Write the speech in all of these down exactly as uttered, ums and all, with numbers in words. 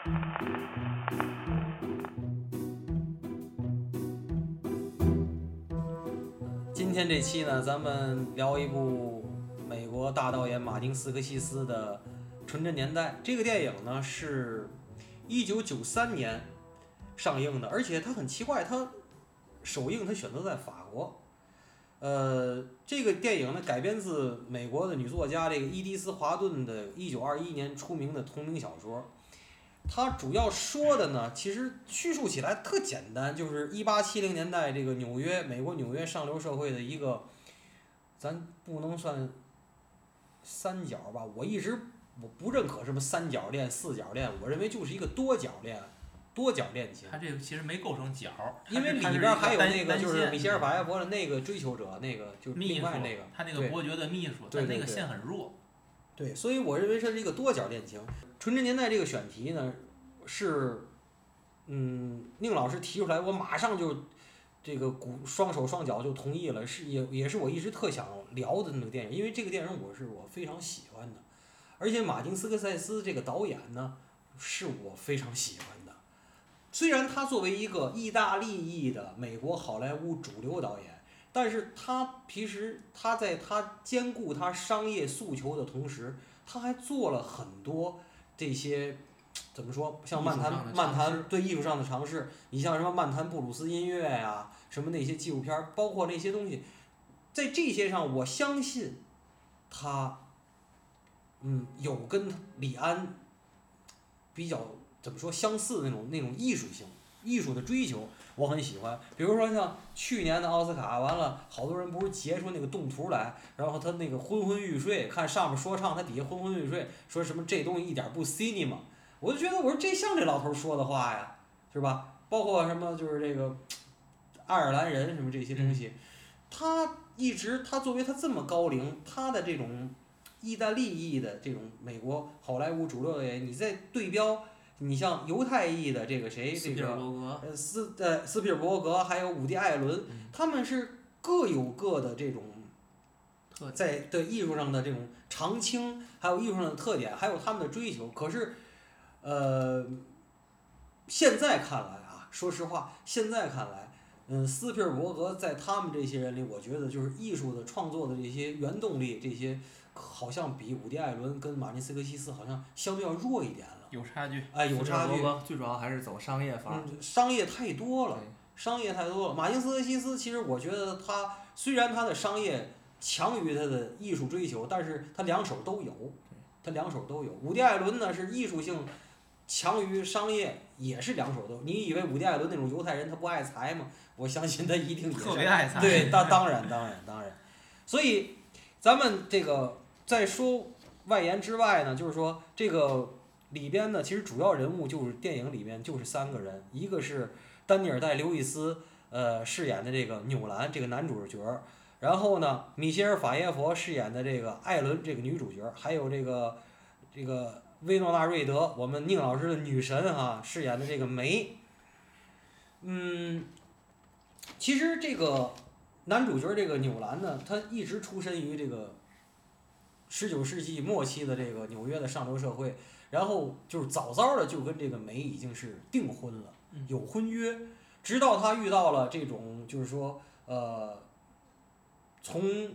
今天这期呢，咱们聊一部美国大导演马丁斯科西斯的《纯真年代》。这个电影呢是一九九三年上映的，而且它很奇怪，它首映它选择在法国。呃，这个电影呢改编自美国的女作家这个伊迪丝·华顿的一九二一年出名的同名小说。它主要说的呢，其实叙述起来特简单，就是一八七零年代这个纽约，美国纽约上流社会的一个，咱不能算三角吧，我一直我不认可什么三角恋、四角恋，我认为就是一个多角恋，多角恋情。 它这个其实没构成角， 因为里边还有那个就是米歇尔·法耶伯的那个追求者，那个就是另外那个， 他那个伯爵的秘书，但那个线很弱。 对，所以我认为这是一个多角恋情。纯真年代这个选题呢，是，嗯，宁老师提出来，我马上就这个鼓双手双脚就同意了，是也也是我一直特想聊的那个电影，因为这个电影我是我非常喜欢的，而且马丁斯科塞斯这个导演呢，是我非常喜欢的。虽然他作为一个意大利裔的美国好莱坞主流导演，但是他平时他在他兼顾他商业诉求的同时，他还做了很多这些怎么说，像漫谈漫谈对艺术上的尝试，你像什么漫谈布鲁斯音乐呀、啊，什么那些纪录片，包括那些东西，在这些上，我相信他，嗯，有跟李安比较怎么说相似的那种那种艺术性。艺术的追求我很喜欢，比如说像去年的奥斯卡，完了好多人不是截出那个动图来，然后他那个昏昏欲睡，看上面说唱，他底下昏昏欲睡，说什么这东西一点不 cinema， 我就觉得我说这像这老头说的话呀，是吧？包括什么就是这个爱尔兰人什么这些东西，他一直他作为他这么高龄，他的这种意大利裔的这种美国好莱坞主流的人，你在对标。你像犹太裔的这个谁，这个呃斯呃斯皮尔伯格，还有伍迪·艾伦， 嗯、 他们是各有各的这种在对艺术上的这种长青，还有艺术上的特点，还有他们的追求。可是，呃，现在看来啊，说实话，现在看来，嗯，斯皮尔伯格在他们这些人里，我觉得就是艺术的创作的这些原动力，这些好像比伍迪·艾伦跟马丁斯科西斯好像相对要弱一点了。 有差距， 哎，有差距。 最主要还是走商业法。 嗯，商业太多了，商业太多了。马丁斯科西斯其实我觉得他虽然他的商业强于他的艺术追求，但是他两手都有，他两手都有。伍迪·艾伦呢是艺术性强于商业，也是两手都有。你以为伍迪·艾伦那种犹太人他不爱财吗？我相信他一定也是特别爱财。 对，当当然当然当然。所以咱们这个在说外延之外呢，就是说这个。里边呢，其实主要人物就是电影里面就是三个人，一个是丹尼尔戴刘易斯呃饰演的这个纽兰这个男主角，然后呢米歇尔法耶佛饰演的这个艾伦这个女主角，还有这个这个薇诺娜瑞德我们宁老师的女神啊饰演的这个梅。嗯，其实这个男主角这个纽兰呢，他一直出身于这个十九世纪末期的这个纽约的上流社会。然后就是早早的就跟这个梅已经是订婚了，有婚约，直到他遇到了这种就是说呃，从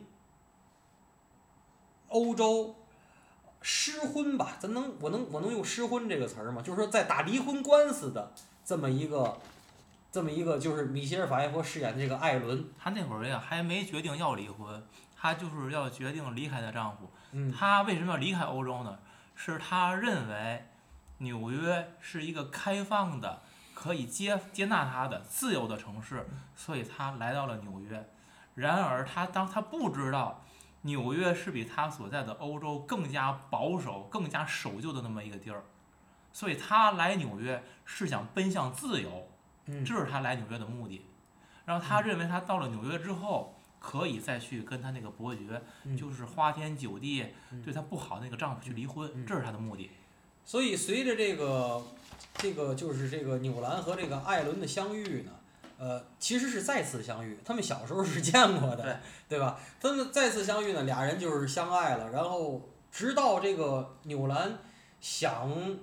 欧洲失婚吧，咱能我能我能用失婚这个词儿吗？就是说在打离婚官司的这么一个这么一个就是米歇尔法耶佛饰演的这个艾伦， 他那会儿呀还没决定要离婚，他就是要决定离开她丈夫。 嗯， 他为什么要离开欧洲呢？是他认为纽约是一个开放的、可以接接纳他的自由的城市，所以他来到了纽约。然而他当他不知道纽约是比他所在的欧洲更加保守、更加守旧的那么一个地儿，所以他来纽约是想奔向自由，这是他来纽约的目的。然后他认为他到了纽约之后，可以再去跟他那个伯爵， 嗯、 就是花天酒地， 嗯、 对他不好那个丈夫去离婚， 嗯、 这是他的目的。 所以随着这个这个就是这个纽兰和这个艾伦的相遇呢，呃，其实是再次相遇，他们小时候是见过的， 对对吧？他们再次相遇呢，俩人就是相爱了，然后直到这个纽兰想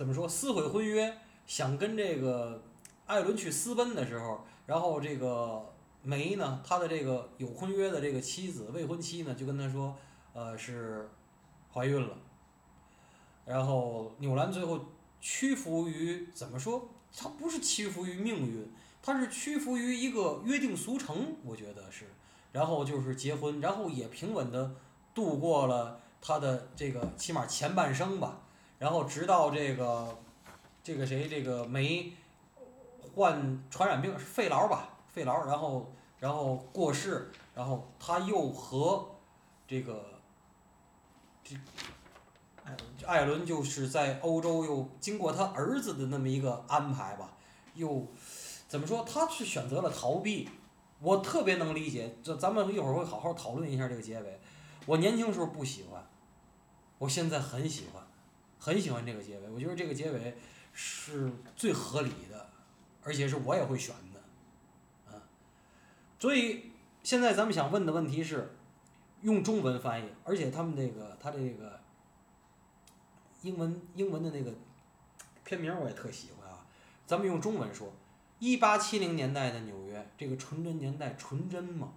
怎么说撕毁婚约，想跟这个艾伦去私奔的时候，然后这个梅呢，他的这个有婚约的这个妻子未婚妻呢，就跟他说，呃是怀孕了。然后纽兰最后屈服于怎么说？他不是屈服于命运，他是屈服于一个约定俗成，我觉得是。然后就是结婚，然后也平稳的度过了他的这个起码前半生吧。然后直到这个这个谁这个梅患传染病肺痨吧，肺痨，然后然后过世，然后他又和这个这艾伦就是在欧洲又经过他儿子的那么一个安排吧，又怎么说？他是选择了逃避，我特别能理解。这咱们一会儿会好好讨论一下这个结尾。我年轻时候不喜欢，我现在很喜欢，很喜欢这个结尾。我觉得这个结尾是最合理的，而且是我也会选的，啊。所以现在咱们想问的问题是，用中文翻译，而且他们这个他这个英文英文的那个片名我也特喜欢啊。咱们用中文说，一八七零年代的纽约，这个纯真年代纯真吗？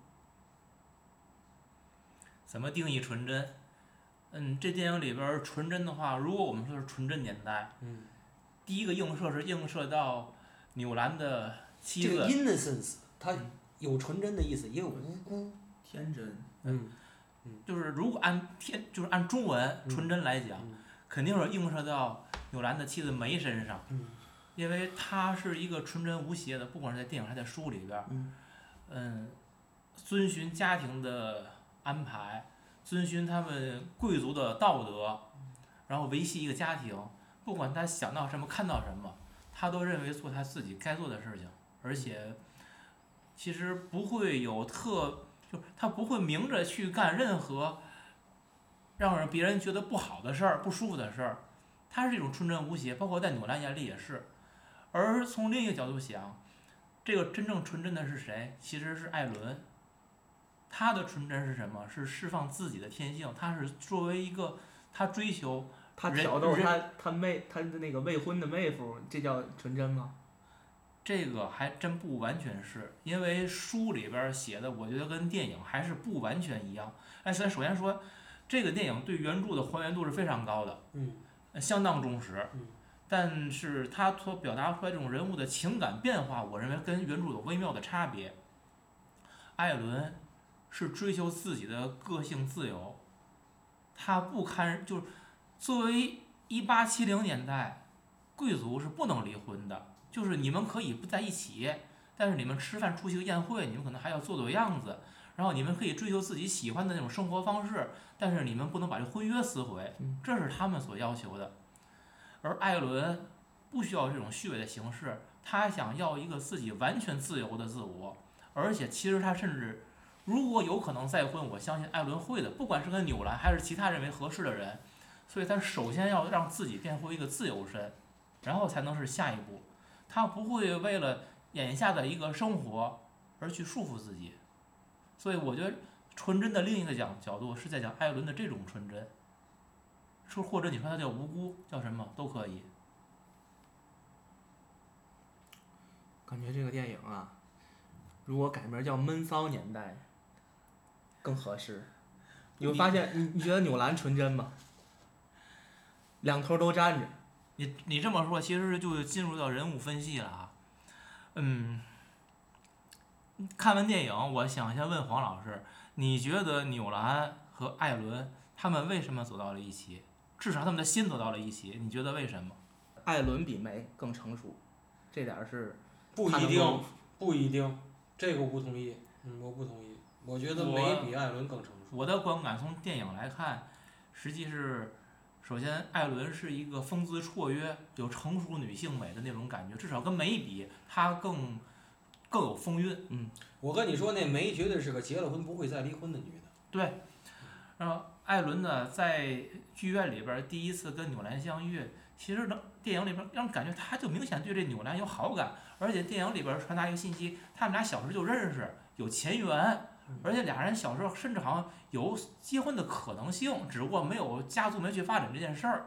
怎么定义纯真？嗯，这电影里边纯真的话，如果我们说是纯真年代， 嗯， 第一个映射是映射到纽兰的妻子。 这个 innocence 它有纯真的意思，也有无辜、 天真。 嗯， 就是如果按天，就是按中文纯真来讲， 嗯、 肯定是映射到纽兰的妻子梅身上， 嗯、 因为她是一个纯真无邪的，不管是在电影还是在书里边， 嗯， 嗯，遵循家庭的安排，遵循他们贵族的道德，然后维系一个家庭，不管他想到什么看到什么，他都认为做他自己该做的事情，而且其实不会有特，就他不会明着去干任何让人别人觉得不好的事儿、不舒服的事儿，他是一种纯真无邪，包括在纽兰眼里也是。而从另一个角度想，这个真正纯真的是谁？其实是艾伦。他的纯真是什么？是释放自己的天性，他是作为一个他追求他挑逗他他妹他的那个未婚的妹夫，这叫纯真吗？ 这个还真不完全是，因为书里边写的，我觉得跟电影还是不完全一样。哎，咱首先说，这个电影对原著的还原度是非常高的， 嗯， 相当忠实。 嗯， 但是他所表达出来这种人物的情感变化，我认为跟原著有微妙的差别。艾伦是追求自己的个性自由，他不堪就是作为一八七零年代，贵族是不能离婚的，就是你们可以不在一起，但是你们吃饭出席个宴会，你们可能还要做做样子，然后你们可以追求自己喜欢的那种生活方式，但是你们不能把这婚约撕毁，这是他们所要求的。而艾伦不需要这种虚伪的形式，他想要一个自己完全自由的自我，而且其实他甚至如果有可能再婚，我相信艾伦会的，不管是跟纽兰还是其他认为合适的人，所以他首先要让自己变回一个自由身，然后才能是下一步。他不会为了眼下的一个生活而去束缚自己，所以我觉得纯真的另一个角角度是在讲艾伦的这种纯真，说或者你说他叫无辜，叫什么都可以。 感觉这个电影啊，如果改名叫《闷骚年代》更合适。你会发现，你你觉得纽兰纯真吗？两头都沾着。 你你这么说，其实就进入到人物分析了啊。嗯，看完电影，我想先问黄老师，你觉得纽兰和艾伦他们为什么走到了一起？至少他们的心走到了一起，你觉得为什么？ 艾伦比梅更成熟，这点是不一定，不一定，这个我不同意。嗯，我不同意。我觉得梅比艾伦更成熟。 我的观感从电影来看，实际是，首先艾伦是一个风姿绰约、有成熟女性美的那种感觉，至少跟梅比，她更更有风韵。 嗯， 我跟你说，那梅绝对是个结了婚不会再离婚的女的。 对，然后艾伦呢，在剧院里边第一次跟纽兰相遇，其实能电影里边让人感觉他就明显对这纽兰有好感，而且电影里边传达一个信息，他们俩小时候就认识，有前缘。而且俩人小时候甚至好像有结婚的可能性，只不过没有家族没去发展这件事儿。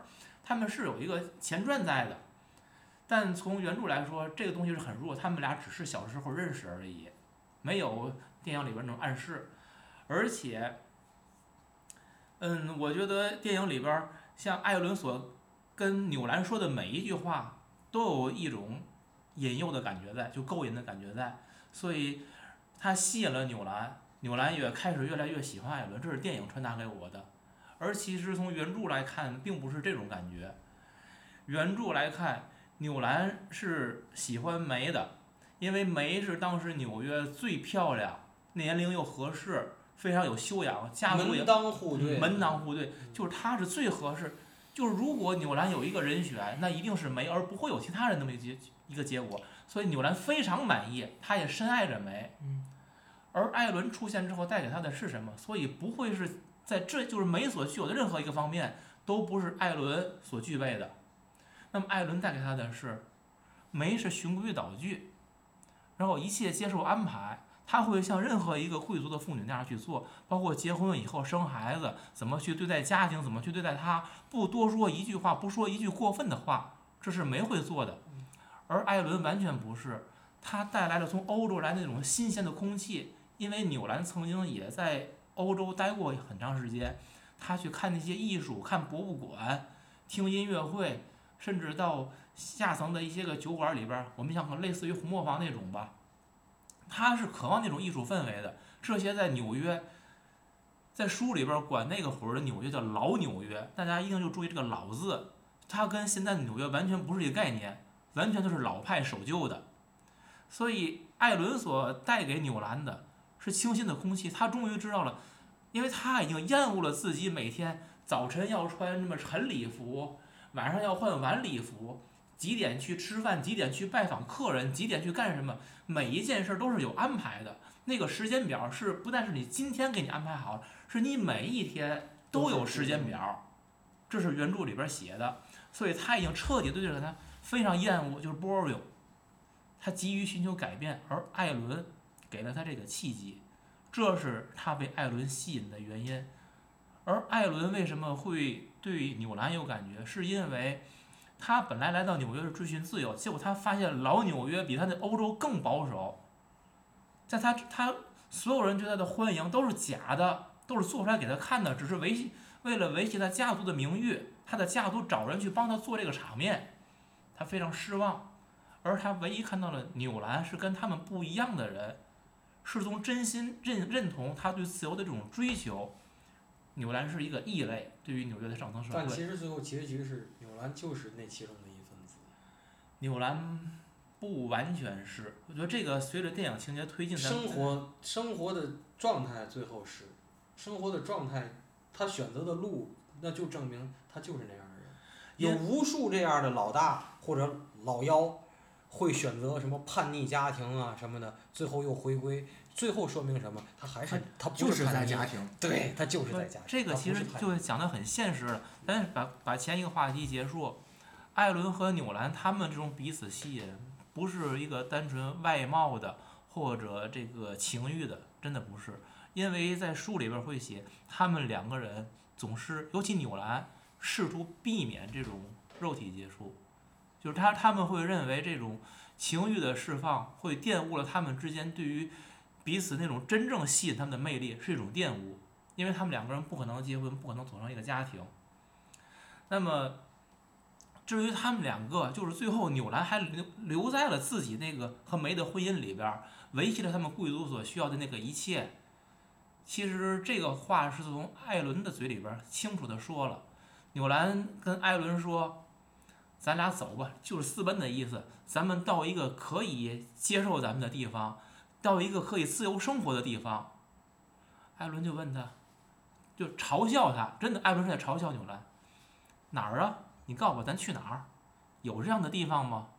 他们是有一个前传在的。但从原著来说，这个东西是很弱，他们俩只是小时候认识而已，没有电影里边那种暗示。而且，嗯，我觉得电影里边像艾伦所跟纽兰说的每一句话，都有一种引诱的感觉在，就勾引的感觉在，所以他吸引了纽兰，纽兰也开始越来越喜欢艾伦，这是电影传达给我的。而其实从原著来看，并不是这种感觉。原著来看，纽兰是喜欢梅的，因为梅是当时纽约最漂亮，年龄又合适，非常有修养，家族也门当户对， 门当户对，就是她是最合适。就是如果纽兰有一个人选，那一定是梅，而不会有其他人那么一结一个结果。所以纽兰非常满意，他也深爱着梅。而艾伦出现之后带给他的是什么？所以不会是在这就是梅所具有的任何一个方面都不是艾伦所具备的。那么艾伦带给他的是，梅是循规蹈矩，然后一切接受安排，他会像任何一个贵族的妇女那样去做，包括结婚以后生孩子，怎么去对待家庭，怎么去对待他，不多说一句话，不说一句过分的话，这是梅会做的。而艾伦完全不是，他带来了从欧洲来的那种新鲜的空气，因为纽兰曾经也在欧洲待过很长时间，他去看那些艺术，看博物馆，听音乐会，甚至到下层的一些个酒馆里边，我们想类似于红磨坊那种吧，他是渴望那种艺术氛围的。这些在纽约，在书里边管那个会儿的纽约叫老纽约，大家一定就注意这个老字，它跟现在的纽约完全不是一个概念，完全就是老派守旧的。所以艾伦所带给纽兰的是清新的空气，他终于知道了，因为他已经厌恶了自己每天早晨要穿什么晨礼服，晚上要换晚礼服，几点去吃饭，几点去拜访客人，几点去干什么，每一件事都是有安排的。那个时间表是不但是你今天给你安排好，是你每一天都有时间表，这是原著里边写的。所以他已经彻底对这个他非常厌恶，就是 boring， 他急于寻求改变，而艾伦给了他这个契机，这是他被艾伦吸引的原因。而艾伦为什么会对纽兰有感觉，是因为他本来来到纽约是追寻自由，结果他发现老纽约比他的欧洲更保守，在他他所有人对他的欢迎都是假的，都是做出来给他看的，只是维为了维系他家族的名誉，他的家族找人去帮他做这个场面，他非常失望。而他唯一看到了纽兰是跟他们不一样的人，是从真心认认同他对自由的这种追求。纽兰是一个异类，对于纽约的上层社会。 但其实最后结局是纽兰就是那其中的一份子。 纽兰不完全是，我觉得这个随着电影情节推进， 生活生活的状态最后是，生活的状态，他选择的路，那就证明他就是那样的人。有无数这样的老大或者老幺，会选择什么叛逆家庭啊什么的，最后又回归。最后说明什么？他还是他不就是叛逆在家庭， 对他就是在家庭。 这个其实就讲得很现实了。咱把把前一个话题结束，艾伦和纽兰他们这种彼此吸引，不是一个单纯外貌的或者这个情欲的，真的不是。因为在书里边会写，他们两个人总是，尤其纽兰试图避免这种肉体接触，就是他他们会认为这种情欲的释放会玷污了他们之间对于彼此那种真正吸引他们的魅力，是一种玷污，因为他们两个人不可能结婚，不可能组成一个家庭。那么，至于他们两个，就是最后纽兰还留留在了自己那个和梅的婚姻里边，维系了他们贵族所需要的那个一切。其实这个话是从艾伦的嘴里边清楚地说了。纽兰跟艾伦说：“咱俩走吧，就是私奔的意思，咱们到一个可以接受咱们的地方。”到一个可以自由生活的地方，艾伦就问他，就嘲笑他，真的，艾伦是在嘲笑纽兰。哪儿啊？你告诉我，咱去哪儿？有这样的地方吗？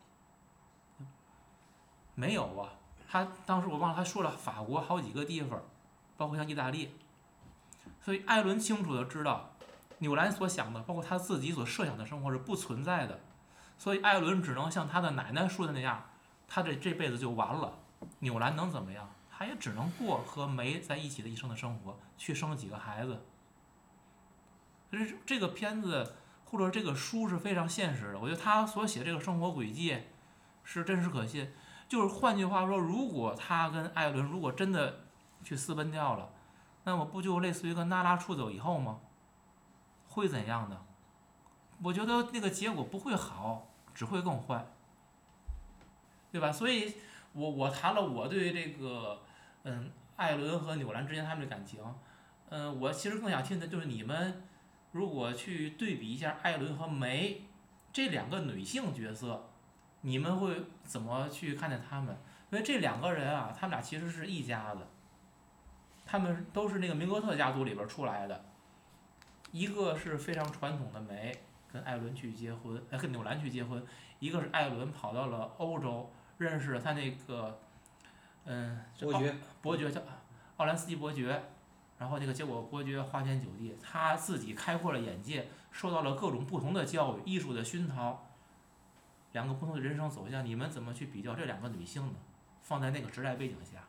没有啊。他当时我忘了，他说了法国好几个地方，包括像意大利。所以艾伦清楚的知道，纽兰所想的，包括他自己所设想的生活是不存在的。所以艾伦只能像他的奶奶说的那样，他这这辈子就完了。纽兰能怎么样？他也只能过和梅在一起的一生的生活，去生几个孩子。可是这个片子或者这个书是非常现实的。我觉得他所写这个生活轨迹是真实可信。就是换句话说，如果他跟艾伦如果真的去私奔掉了，那么不就类似于跟娜拉出走以后吗？会怎样的？我觉得那个结果不会好，只会更坏，对吧？所以我我谈了我对这个嗯艾伦和纽兰之间他们的感情，嗯，我其实更想听的就是你们如果去对比一下艾伦和梅这两个女性角色，你们会怎么去看待他们？因为这两个人啊，他们俩其实是一家子，他们都是那个明格特家族里边出来的，一个是非常传统的梅，跟艾伦去结婚，呃，跟纽兰去结婚；一个是艾伦跑到了欧洲，认识了他那个，嗯， 伯爵， 伯爵叫奥兰斯基伯爵，然后那个结果伯爵花天酒地，他自己开阔了眼界，受到了各种不同的教育、艺术的熏陶，两个不同的人生走向，你们怎么去比较这两个女性呢？放在那个时代背景下，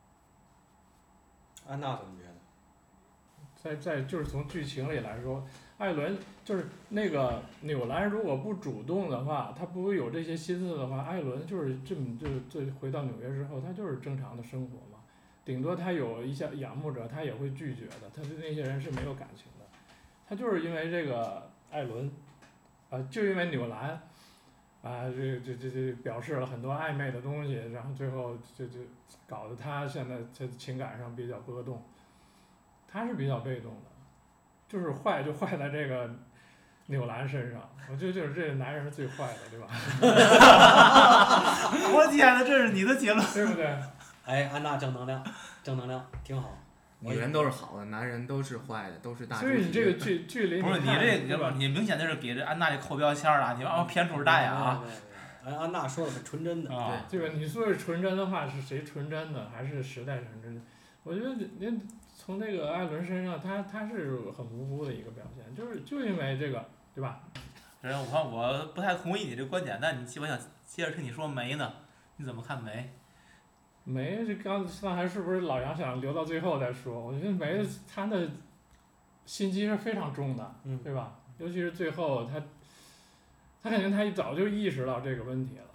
安娜怎么觉得？ 在在就是从剧情里来说，艾伦就是那个纽兰，如果不主动的话，他不会有这些心思的话，艾伦就是这么就就回到纽约之后，他就是正常的生活嘛，顶多他有一些仰慕者，他也会拒绝的，他对那些人是没有感情的，他就是因为这个艾伦，啊、呃，就因为纽兰，啊、呃，这这这这表示了很多暧昧的东西，然后最后就就搞得他现在在情感上比较波动。他是比较被动的，就是坏就坏在这个纽兰身上，我觉得就是这个男人是最坏的，对吧？ 我天哪，这是你的结论， 对不对？ 哎，安娜正能量，正能量，挺好。 女人都是好的，男人都是坏的，都是大。 所以你这个剧剧里不是你这个，你明显就是给这安娜这扣标签了，你往偏处带啊！ 哎，安娜说的很纯真的。 啊， 这个你说是纯真的话，是谁纯真的，还是时代纯真的？我觉得您从那个艾伦身上，他他是很无辜的一个表现，就是就因为这个，对吧？ 人我看我不太同意你这观点，但你我想接着听你说梅呢，你怎么看梅？ 梅这刚刚才是不是老杨想留到最后再说？我觉得梅他的心机是非常重的， 嗯， 对吧？尤其是最后他，他肯定他早就意识到这个问题了，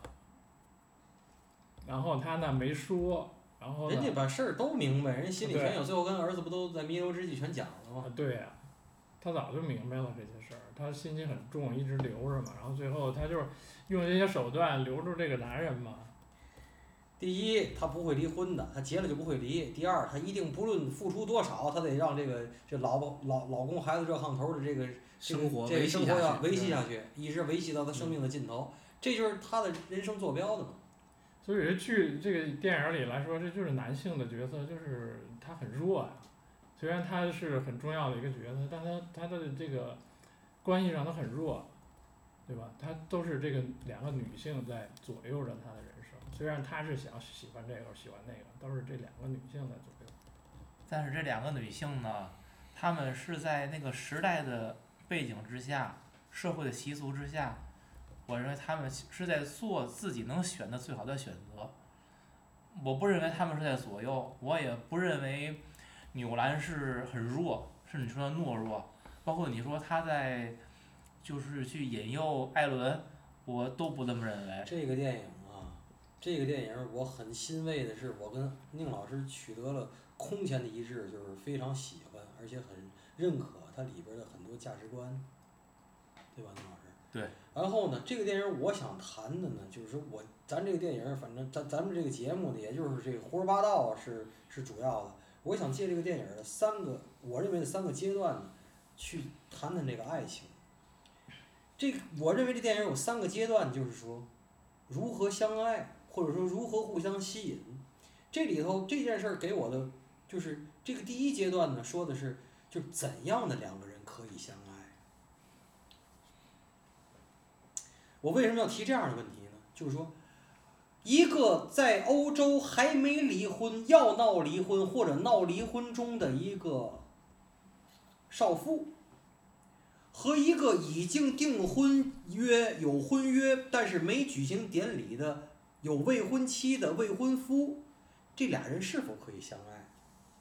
然后他呢没说。然后人家把事儿都明白，人家心里全有，最后跟儿子不都在弥留之际全讲了吗？ 对呀、啊，他早就明白了这些事儿，他心机很重，一直留着嘛。然后最后他就是用这些手段留住这个男人嘛。 第一，他不会离婚的，他结了就不会离。第二，他一定不论付出多少，他得让这个这老婆老老公孩子热炕头的这个生活这个生活要维系下下去，一直维系到他生命的尽头，这就是他的人生坐标的嘛。 所以这剧这个电影里来说，这就是男性的角色，就是他很弱呀、啊。虽然他是很重要的一个角色，但他他的这个关系上他很弱，对吧？他都是这个两个女性在左右着他的人生。虽然他是想喜欢这个喜欢那个，都是这两个女性在左右。 但是这两个女性呢，她们是在那个时代的背景之下，社会的习俗之下。我认为他们是在做自己能选的最好的选择，我不认为他们是在左右，我也不认为纽兰是很弱，甚至你说懦弱，包括你说他在就是去引诱艾伦，我都不这么认为。 这个电影啊，这个电影我很欣慰的是，我跟宁老师取得了空前的一致，就是非常喜欢，而且很认可它里边的很多价值观，对吧，宁老师？ 对。 然后呢，这个电影我想谈的呢，就是说我咱这个电影，反正咱咱们这个节目呢，也就是这个胡说八道是是主要的。我想借这个电影的三个，我认为的三个阶段呢，去谈谈这个爱情。这我认为这电影有三个阶段，就是说如何相爱，或者说如何互相吸引。这里头这件事儿给我的就是这个第一阶段呢，说的是就怎样的两个人可以相爱。我为什么要提这样的问题呢？就是说，一个在欧洲还没离婚，要闹离婚或者闹离婚中的一个少妇，和一个已经订婚约、有婚约但是没举行典礼的有未婚妻的未婚夫，这俩人是否可以相爱？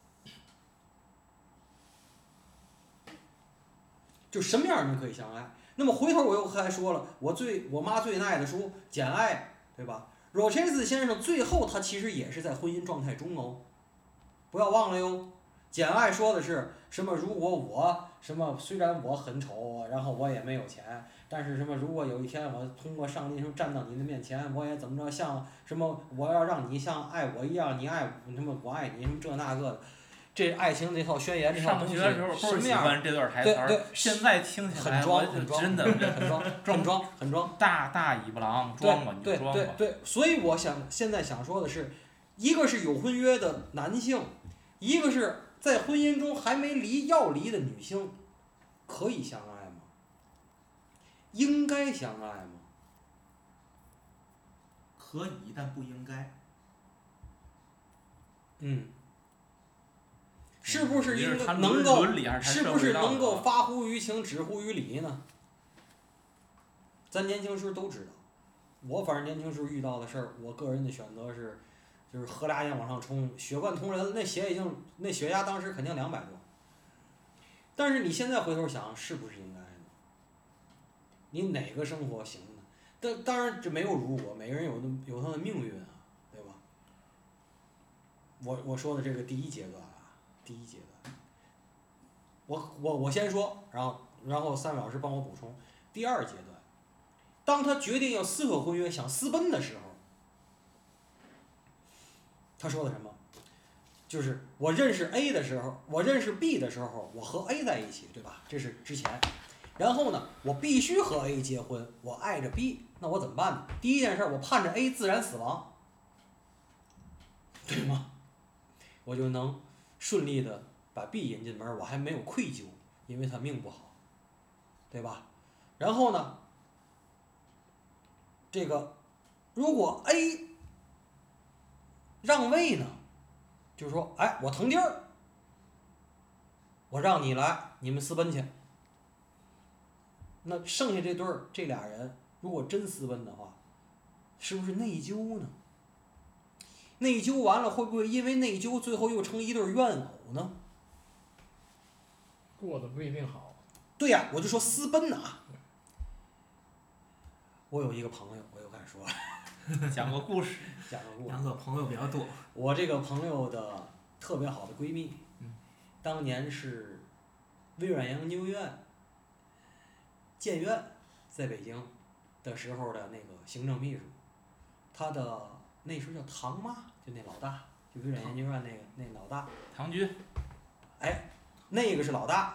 就什么样的人可以相爱？ 那么回头我又还说了，我最我妈最爱的书《简爱》，对吧？罗切斯先生最后他其实也是在婚姻状态中哦，不要忘了哟。《简爱》说的是什么？如果我什么虽然我很丑，然后我也没有钱，但是什么？如果有一天我通过上帝什么站到你的面前，我也怎么着像什么？我要让你像爱我一样，你爱我什么？我爱你什么这那个的。这爱情这套宣言这套东西上学的时候什么倍儿喜欢这段台词儿，现在听起来很装， 我很装， 真的很装，很装，很装。 大大尾巴狼，装吧你就装吧。 对对对，所以我想现在想说的是，一个是有婚约的男性，一个是在婚姻中还没离要离的女性，可以相爱吗？应该相爱吗？ 可以，但不应该。 嗯。是不是应该他能够？ 伦理还是是不是能够社会道德发乎于情，止乎于理呢？咱年轻时候都知道，我反正年轻时候遇到的事儿，我个人的选择是，就是喝俩烟往上冲，血灌同人，那血已经那血压当时肯定两百多。但是你现在回头想，是不是应该呢？你哪个生活行呢？但当然这没有如果，每个人有的有他的命运啊，对吧？我我说的这个第一阶段啊，第一阶段，我我我先说，然后然后三位老师帮我补充。第二阶段，当他决定要撕毁婚约，想私奔的时候，他说的什么？就是我认识 A 的时候，我认识 B 的时候，我和 A 在一起，对吧？这是之前。然后呢，我必须和 A 结婚，我爱着 B， 那我怎么办呢？第一件事，我盼着 A 自然死亡，对吗？我就能顺利的把 B 引进门，我还没有愧疚，因为他命不好，对吧？然后呢，这个如果 A 让位呢，就是说，哎，我腾地儿，我让你来，你们私奔去。那剩下这对儿这俩人，如果真私奔的话，是不是内疚呢？内疚完了，会不会因为内疚最后又成一对怨偶呢？ 过得不一定好。 对呀、啊，我就说私奔啊。我有一个朋友，我又开始说了， 讲个故事， 讲个故事。 两个朋友比较多。 我这个朋友的特别好的闺蜜， 嗯， 当年是微软研究院建院在北京的时候的那个行政秘书，她的那时候叫唐妈，就那老大，就微软研究院那个那老大。 唐军。 哎，那个是老大。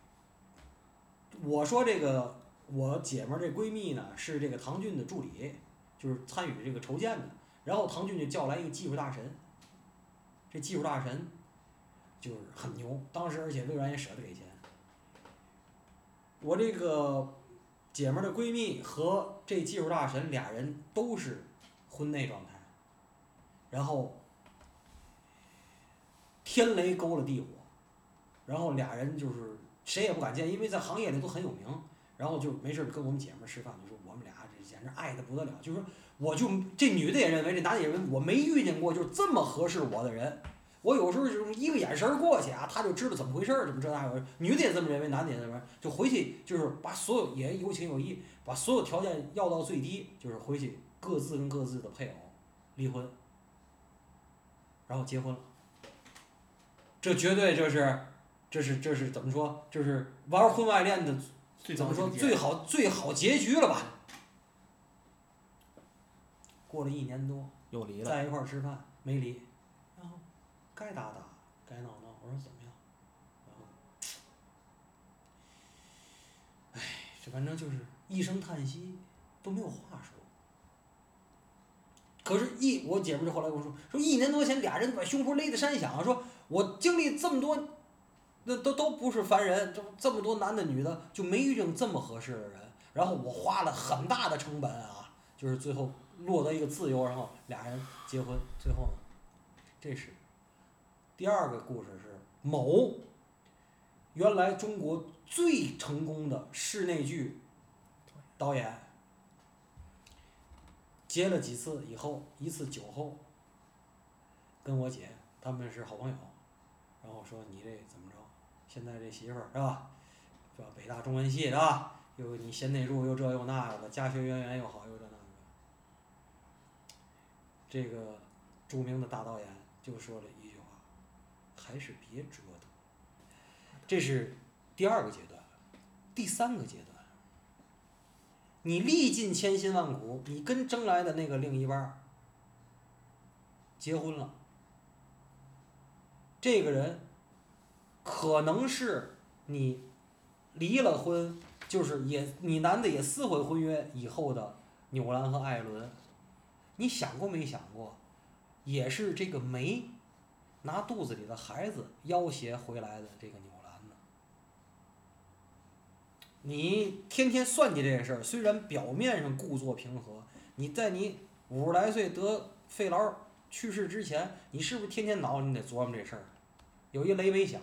我说这个我姐们儿这闺蜜呢是这个唐骏的助理，就是参与这个筹建的。然后唐骏就叫来一个技术大神，这技术大神就是很牛，当时而且微软也舍得给钱。我这个姐们儿的闺蜜和这技术大神俩人都是婚内状态，然后天雷勾了地火，然后俩人就是谁也不敢见，因为在行业里都很有名。然后就没事跟我们姐们儿吃饭，就说我们俩这简直爱的不得了，就是说我就这女的也认为，这男的也认为，我没遇见过就是这么合适我的人。我有时候就是一个眼神过去啊，他就知道怎么回事儿，怎么这那个。女的也这么认为，男的也这么认为，就回去就是把所有也有情有义，把所有条件要到最低，就是回去各自跟各自的配偶离婚，然后结婚了。这绝对这是这是这是怎么说？就是玩婚外恋的怎么说最好最好结局了吧？过了一年多， 又离了， 在一块儿吃饭没离，然后该打打，该闹闹，我说怎么样？然后，唉，这反正就是一声叹息，都没有话说。可是一，我姐夫就后来跟我说，说一年多前俩人把胸脯勒得山响，说我经历这么多，那都都不是凡人，这这么多男的女的就没遇见这么合适的人，然后我花了很大的成本啊，就是最后落得一个自由，然后俩人结婚，最后呢，这是第二个故事是某原来中国最成功的室内剧导演。结了几次以后，一次酒后，跟我姐他们是好朋友，然后说你这怎么着？现在这媳妇儿是吧？是吧？北大中文系的啊， 又你贤内助又这又那个的，家学渊源又好又这那个。这个著名的大导演就说了一句话，还是别折腾。这是第二个阶段。第三个阶段，你历尽千辛万苦，你跟争来的那个另一半结婚了，这个人可能是你离了婚，就是也你男的也撕毁婚约以后的纽兰和艾伦，你想过没想过，也是这个梅拿肚子里的孩子要挟回来的这个纽兰呢？你天天算计这个事儿，虽然表面上故作平和，你在你五十来岁得肺痨去世之前，你是不是天天脑子里得琢磨这事儿？有一雷没响。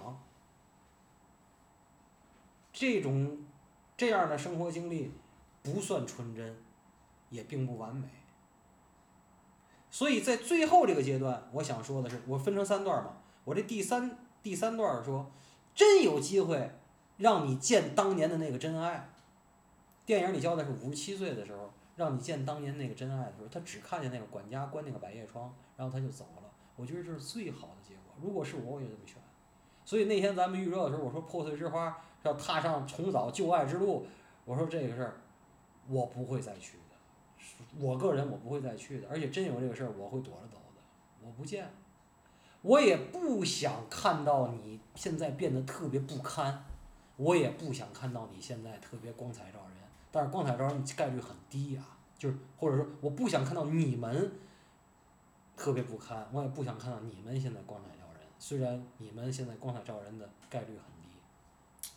这种这样的生活经历不算纯真，也并不完美。所以在最后这个阶段，我想说的是，我分成三段嘛，我这第三第三段说，真有机会让你见当年的那个真爱。电影里交代是五十七岁的时候，让你见当年那个真爱的时候，他只看见那个管家关那个百叶窗，然后他就走了。我觉得这是最好的结果。如果是我，我也这么选。所以那天咱们预热的时候，我说破碎之花要踏上重蹈旧爱之路，我说这个事儿我不会再去的，我个人我不会再去的，而且真有这个事儿我会躲着走的，我不见。我也不想看到你现在变得特别不堪，我也不想看到你现在特别光彩照人，但是光彩照人概率很低呀、啊，就是或者说我不想看到你们特别不堪，我也不想看到你们现在光彩照人，虽然你们现在光彩照人的概率很低。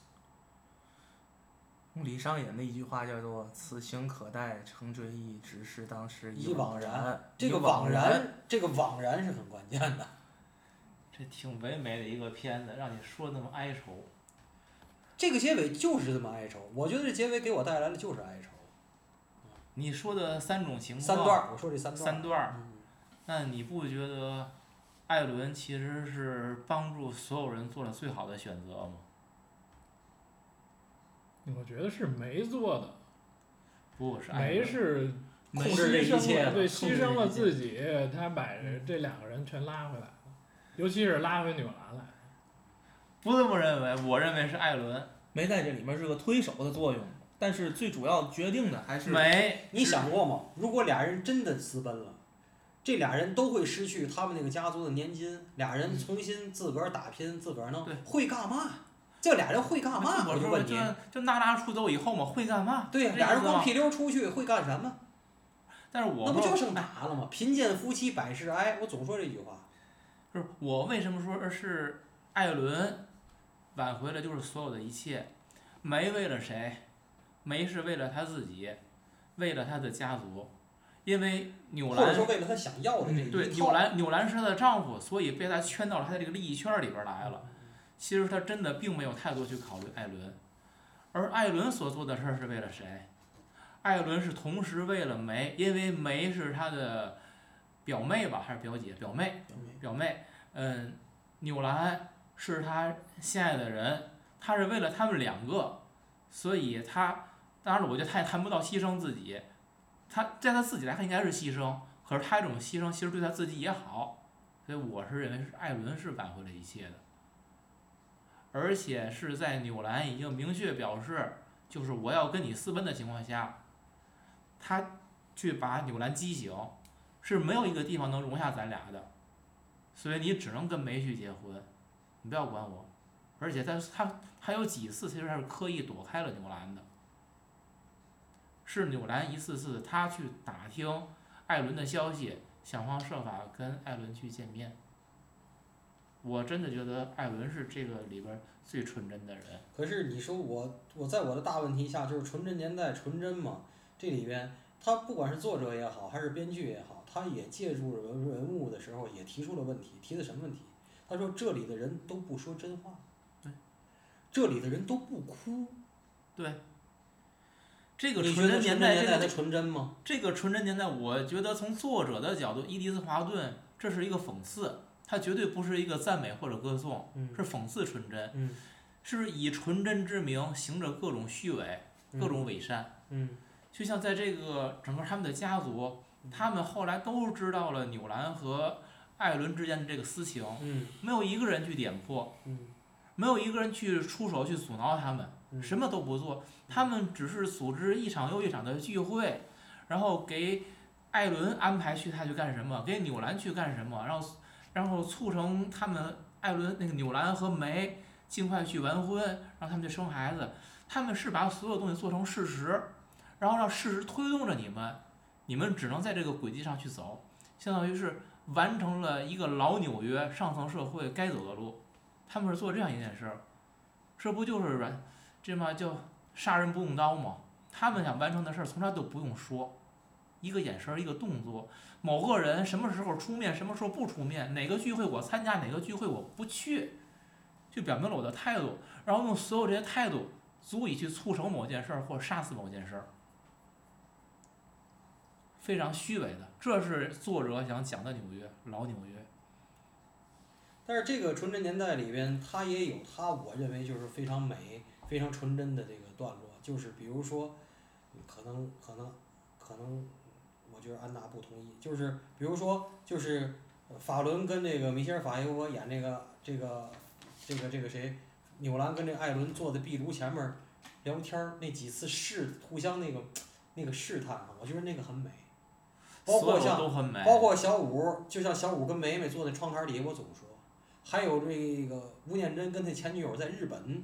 李商隐的一句话叫做“此情可待成追忆，只是当时一惘然”。这个惘然， 这个惘然是很关键的。 这挺唯美的一个片子，让你说那么哀愁。 这个结尾就是这么哀愁，我觉得这结尾给我带来的就是哀愁。 你说的三种情况， 三段，我说这三段。 三段， 嗯、 那你不觉得艾伦其实是帮助所有人做了最好的选择吗？ 我觉得是梅做的， 不是艾伦梅是控制这一切， 对，牺牲了自己，他把这两个人全拉回来了，尤其是拉回纽兰来。 不这么认为，我认为是艾伦。 梅在这里面是个推手的作用，但是最主要决定的还是梅。 你想过吗？如果俩人真的私奔了，这俩人都会失去他们那个家族的年金，俩人重新自个儿打拼，自个儿弄，会干嘛？这俩人会干嘛？我就问你， 就娜娜出走以后嘛，会干嘛？ 对呀、啊，俩人光屁溜出去会干什么？ 但是我那不就剩打了吗？贫贱夫妻百事哀，我总说这句话。 就是我为什么说是艾伦挽回了就是所有的一切？梅为了谁？梅是为了他自己，为了他的家族，因为纽兰或者说为了他想要的这一套。 对，纽兰纽兰是她的丈夫，所以被他圈到了他的这个利益圈里边来了。其实他真的并没有太多去考虑艾伦，而艾伦所做的事儿是为了谁？艾伦是同时为了梅，因为梅是他的表妹吧，还是表姐？表妹，表妹。嗯，纽兰是他心爱的人，他是为了他们两个，所以他当然了，我觉得他也谈不到牺牲自己，他在他自己来看应该是牺牲，可是他这种牺牲其实对他自己也好，所以我是认为是艾伦是挽回了一切的。而且是在纽兰已经明确表示，就是我要跟你私奔的情况下，他去把纽兰激醒，是没有一个地方能容下咱俩的，所以你只能跟梅去结婚，你不要管我。而且他他他有几次其实他是刻意躲开了纽兰的，是纽兰一次次他去打听艾伦的消息，想方设法跟艾伦去见面。我真的觉得艾伦是这个里边最纯真的人。 可是你说我我在我的大问题下，就是纯真年代纯真嘛，这里边他不管是作者也好，还是编剧也好，他也借助了人物的时候也提出了问题，提的什么问题？他说这里的人都不说真话， 对， 这里的人都不哭， 对。这个纯真年代， 这个纯真吗？ 这个纯真年代，我觉得从作者的角度，伊迪丝·华顿这是一个讽刺。它绝对不是一个赞美或者歌颂，是讽刺纯真， 嗯、 是不是以纯真之名行着各种虚伪？ 各种伪善。 嗯就像在这个整个他们的家族，他们后来都知道了纽兰和艾伦之间的这个私情， 嗯没有一个人去点破， 嗯没有一个人去出手去阻挠他们， 嗯， 什么都不做，他们只是组织一场又一场的聚会，然后给艾伦安排去他去干什么，给纽兰去干什么，然后然后促成他们艾伦那个纽兰和梅尽快去完婚，让他们去生孩子。他们是把所有东西做成事实，然后让事实推动着你们，你们只能在这个轨迹上去走，相当于是完成了一个老纽约上层社会该走的路。他们是做这样一件事儿，这不就是软这嘛叫杀人不用刀吗？他们想完成的事儿从来都不用说，一个眼神儿一个动作，某个人什么时候出面，什么时候不出面，哪个聚会我参加，哪个聚会我不去，就表明了我的态度，然后用所有这些态度足以去促成某件事儿或者杀死某件事儿，非常虚伪的，这是作者想讲的纽约，老纽约。 但是这个纯真年代里边，它也有它我认为就是非常美、非常纯真的这个段落，就是比如说，可能可能可能，我觉得安娜不同意，就是比如说就是法伦跟这个米歇尔·法耶沃演这个这个这个这个谁，纽兰跟这个艾伦坐在壁炉前面聊天儿那几次试互相那个那个试探啊，我觉得那个很美。包括像都很美， 包括小五，就像小五跟梅梅坐在窗台里，我总说，还有这个吴念真跟他前女友在日本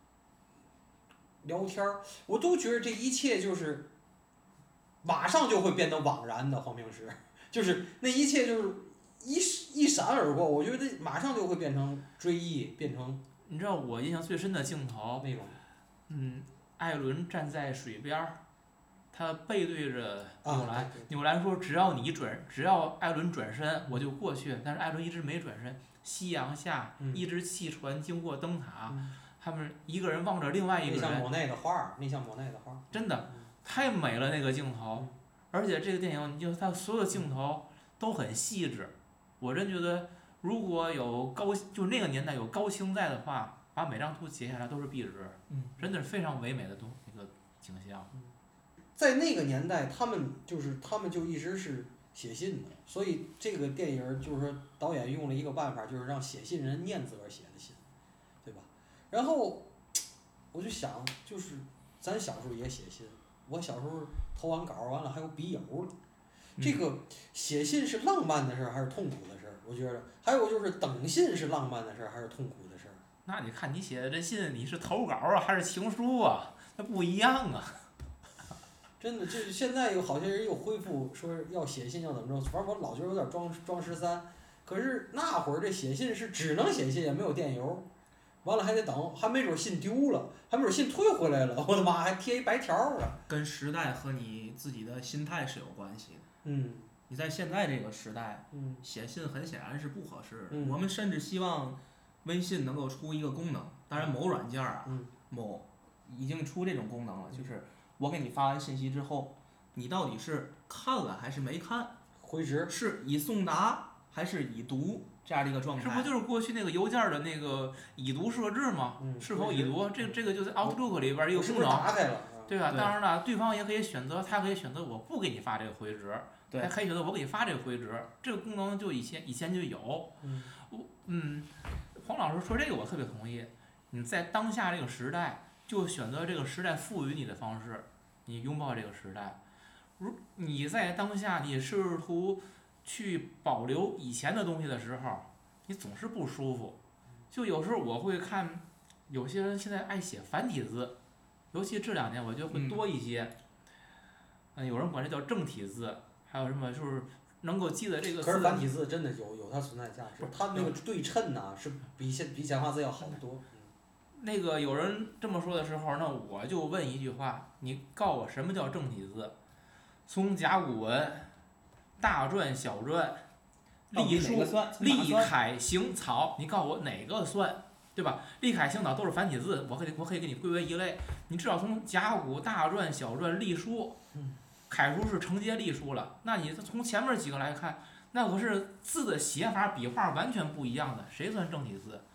聊天儿，我都觉得这一切就是马上就会变得枉然的。黄平石就是那一切就是一一闪而过，我觉得马上就会变成追忆，变成你知道我印象最深的镜头， 那种嗯，艾伦站在水边儿，他背对着纽兰， 啊，对对纽兰说只要你转，只要艾伦转身我就过去，但是艾伦一直没转身。夕阳下， 嗯一只汽船经过灯塔， 嗯他们一个人望着另外一个人， 那像莫奈的画儿，那像莫奈的画儿， 真的嗯太美了那个镜头嗯， 而且这个电影，你就它所有镜头都很细致，我真觉得如果有高，就那个年代有高清在的话，把每张图截下来都是壁纸， 嗯， 真的是非常唯美的东一个景象。 在那个年代，他们就是他们就一直是写信的，所以这个电影儿就是说导演用了一个办法，就是让写信人念自个儿写的信，对吧？然后我就想，就是咱小时候也写信，我小时候投完稿儿完了还有笔友呢。这个写信是浪漫的事儿还是痛苦的事儿？我觉得，还有就是等信是浪漫的事儿还是痛苦的事儿？ 那你看你写的这信，你是投稿啊还是情书啊？那不一样啊。 真的，就是现在有好些人又恢复说要写信要怎么着，反正我老觉得有点装装十三。可是那会儿这写信是只能写信，也没有电邮，完了还得等，还没准信丢了，还没准信退回来了，我的妈，还贴一白条儿啊！ 跟时代和你自己的心态是有关系的。 嗯你在现在这个时代， 嗯写信很显然是不合适的。 嗯我们甚至希望微信能够出一个功能，当然某软件儿啊， 嗯某已经出这种功能了，就是我给你发完信息之后，你到底是看了还是没看， 回执。 是已送达还是已读这样的一个状态。 这不就是过去那个邮件的那个已读设置吗？ 嗯是否已读？这这个就在 Outlook 里边儿一个是不是功能， 打开了？ 对吧？ 对当然了，对方也可以选择，他可以选择我不给你发这个回执， 对还可以选择我给你发这个回执。这个功能就以前以前就有。 嗯我嗯，黄老师说这个我特别同意。你在当下这个时代，就选择这个时代赋予你的方式，你拥抱这个时代。如你在当下，你试图去保留以前的东西的时候，你总是不舒服。就有时候我会看，有些人现在爱写繁体字，尤其这两年我觉得会多一些。嗯，有人管这叫正体字，还有什么就是能够记得这个字。 可是繁体字真的有有它存在价值，它那个对称呐、是比现比简化字要好得多。 那个有人这么说的时候，那我就问一句话：你告我什么叫正体字？从甲骨文、大篆、小篆、隶书、隶楷、行草，你告诉我哪个算，对吧？隶楷、行草都是繁体字，我可以我可以给你归为一类。你至少从甲骨、大篆、小篆、隶书，楷书是承接隶书了，那你从前面几个来看，那可是字的写法、笔画完全不一样的，谁算正体字？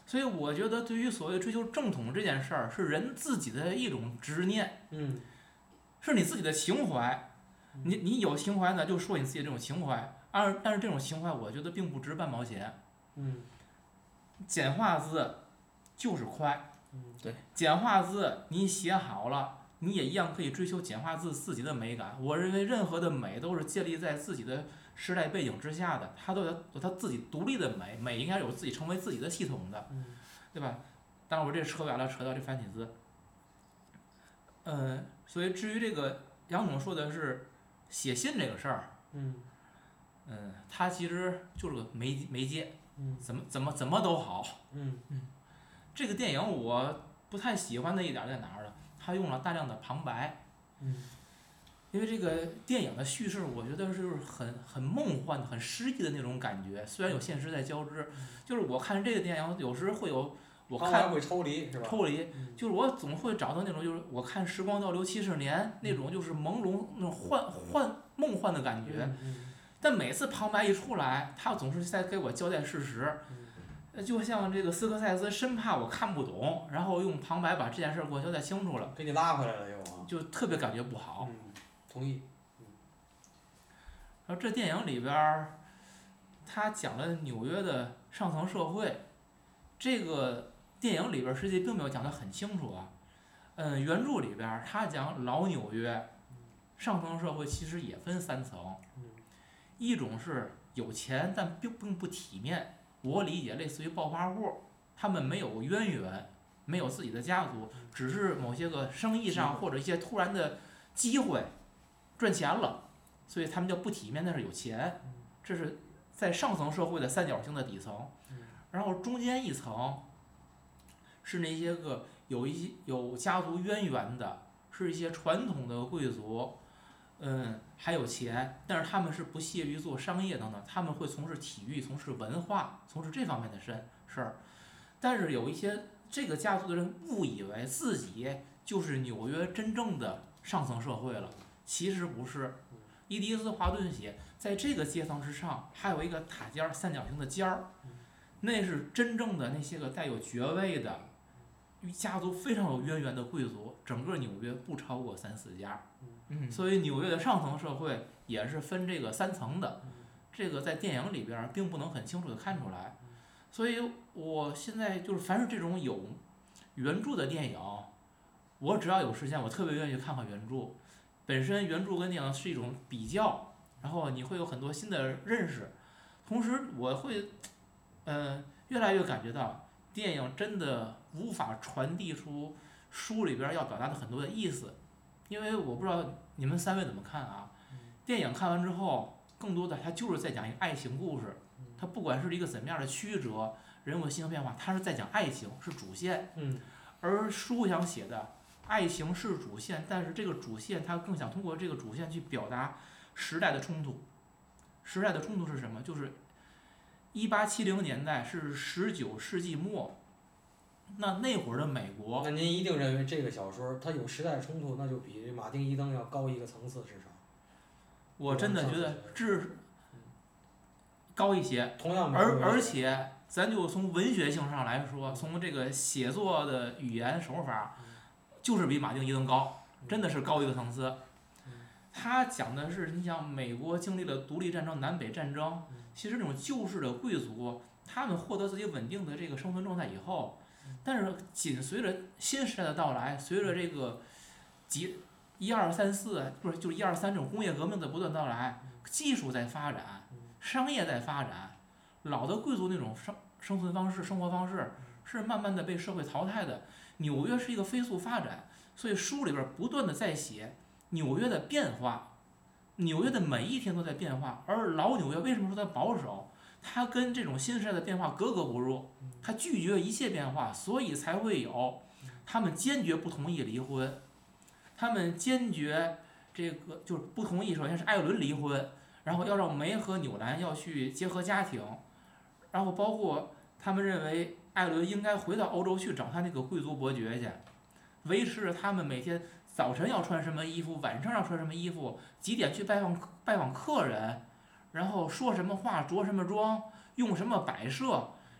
所以我觉得对于所谓追求正统这件事儿，是人自己的一种执念， 嗯是你自己的情怀。你你有情怀呢，就说你自己这种情怀，而但是这种情怀，我觉得并不值半毛钱。 嗯简化字就是快， 嗯简化字你写好了，你也一样可以追求简化字自己的美感。我认为任何的美都是建立在自己的时代背景之下的，它都有有它自己独立的美，美应该有自己成为自己的系统的， 嗯对吧？当然我这扯远了，扯到这繁体字。嗯，所以至于这个杨总说的是写信这个事儿， 嗯嗯，它其实就是个媒媒介， 嗯怎么怎么怎么都好。 嗯这个电影我不太喜欢的一点儿在哪儿呢？它用了大量的旁白， 嗯因为这个电影的叙事，我觉得是很很梦幻的、很诗意的那种感觉。虽然有现实在交织，就是我看这个电影有时会有我看旁白会抽离是吧？ 抽离， 嗯就是我总会找到那种就是我看《时光倒流七十年》那种就是朦胧那种幻幻梦幻的感觉。 嗯嗯但每次旁白一出来，他总是在给我交代事实。 嗯呃就像这个斯科塞斯生怕我看不懂，然后用旁白把这件事儿给我交代清楚了， 给你拉回来了又啊。 就特别感觉不好。 嗯，同意。 然后这电影里边儿，他讲了纽约的上层社会，这个电影里边儿实际并没有讲得很清楚啊。嗯，原著里边儿他讲老纽约上层社会其实也分三层， 嗯一种是有钱但并并不体面，我理解类似于暴发户，他们没有渊源，没有自己的家族，只是某些个生意上或者一些突然的机会赚钱了，所以他们叫不体面，但是有钱。这是在上层社会的三角形的底层，然后中间一层是那些个有一些有家族渊源的，是一些传统的贵族，嗯，还有钱，但是他们是不屑于做商业等等，他们会从事体育、从事文化、从事这方面的事事儿。但是有一些这个家族的人误以为自己就是纽约真正的上层社会了，其实不是。伊迪丝·华顿写，在这个阶层之上还有一个塔尖儿，三角形的尖儿，那是真正的那些个带有爵位的、与家族非常有渊源的贵族，整个纽约不超过三四家。 嗯， 所以纽约的上层社会也是分这个三层的，这个在电影里边儿并不能很清楚的看出来。所以我现在就是凡是这种有原著的电影，我只要有时间，我特别愿意看看原著。本身原著跟电影是一种比较，然后你会有很多新的认识，同时我会，呃，越来越感觉到电影真的无法传递出书里边要表达的很多的意思，因为我不知道你们三位怎么看啊？电影看完之后，更多的它就是在讲一个爱情故事，它不管是一个怎么样的曲折，人物心情变化，它是在讲爱情是主线， 嗯而书想写的。爱情是主线，但是这个主线它更想通过这个主线去表达时代的冲突。时代的冲突是什么？就是一八七零年代是十九世纪末，那那会儿的美国。 那您一定认为这个小说它有时代冲突，那就比马丁·伊登要高一个层次，至少。 我真的觉得至高一些， 同样而而且咱就从文学性上来说，从这个写作的语言手法。就是比马丁·伊登高，真的是高一个层次。他讲的是，你想美国经历了独立战争、南北战争，其实这种旧式的贵族，他们获得自己稳定的这个生存状态以后，但是紧随着新时代的到来，随着这个几一二三四，不是就一二三这种工业革命的不断到来，技术在发展，商业在发展，老的贵族那种生生存方式、生活方式是慢慢的被社会淘汰的。纽约是一个飞速发展，所以书里边不断的在写纽约的变化，纽约的每一天都在变化。而老纽约为什么说它保守？它跟这种新时代的变化格格不入，它拒绝一切变化，所以才会有他们坚决不同意离婚，他们坚决这个就是不同意，首先是艾伦离婚，然后要让梅和纽兰要去结合家庭，然后包括他们认为艾伦应该回到欧洲去找他那个贵族伯爵去，维持着他们每天早晨要穿什么衣服，晚上要穿什么衣服，几点去拜访拜访客人，然后说什么话，着什么装，用什么摆设，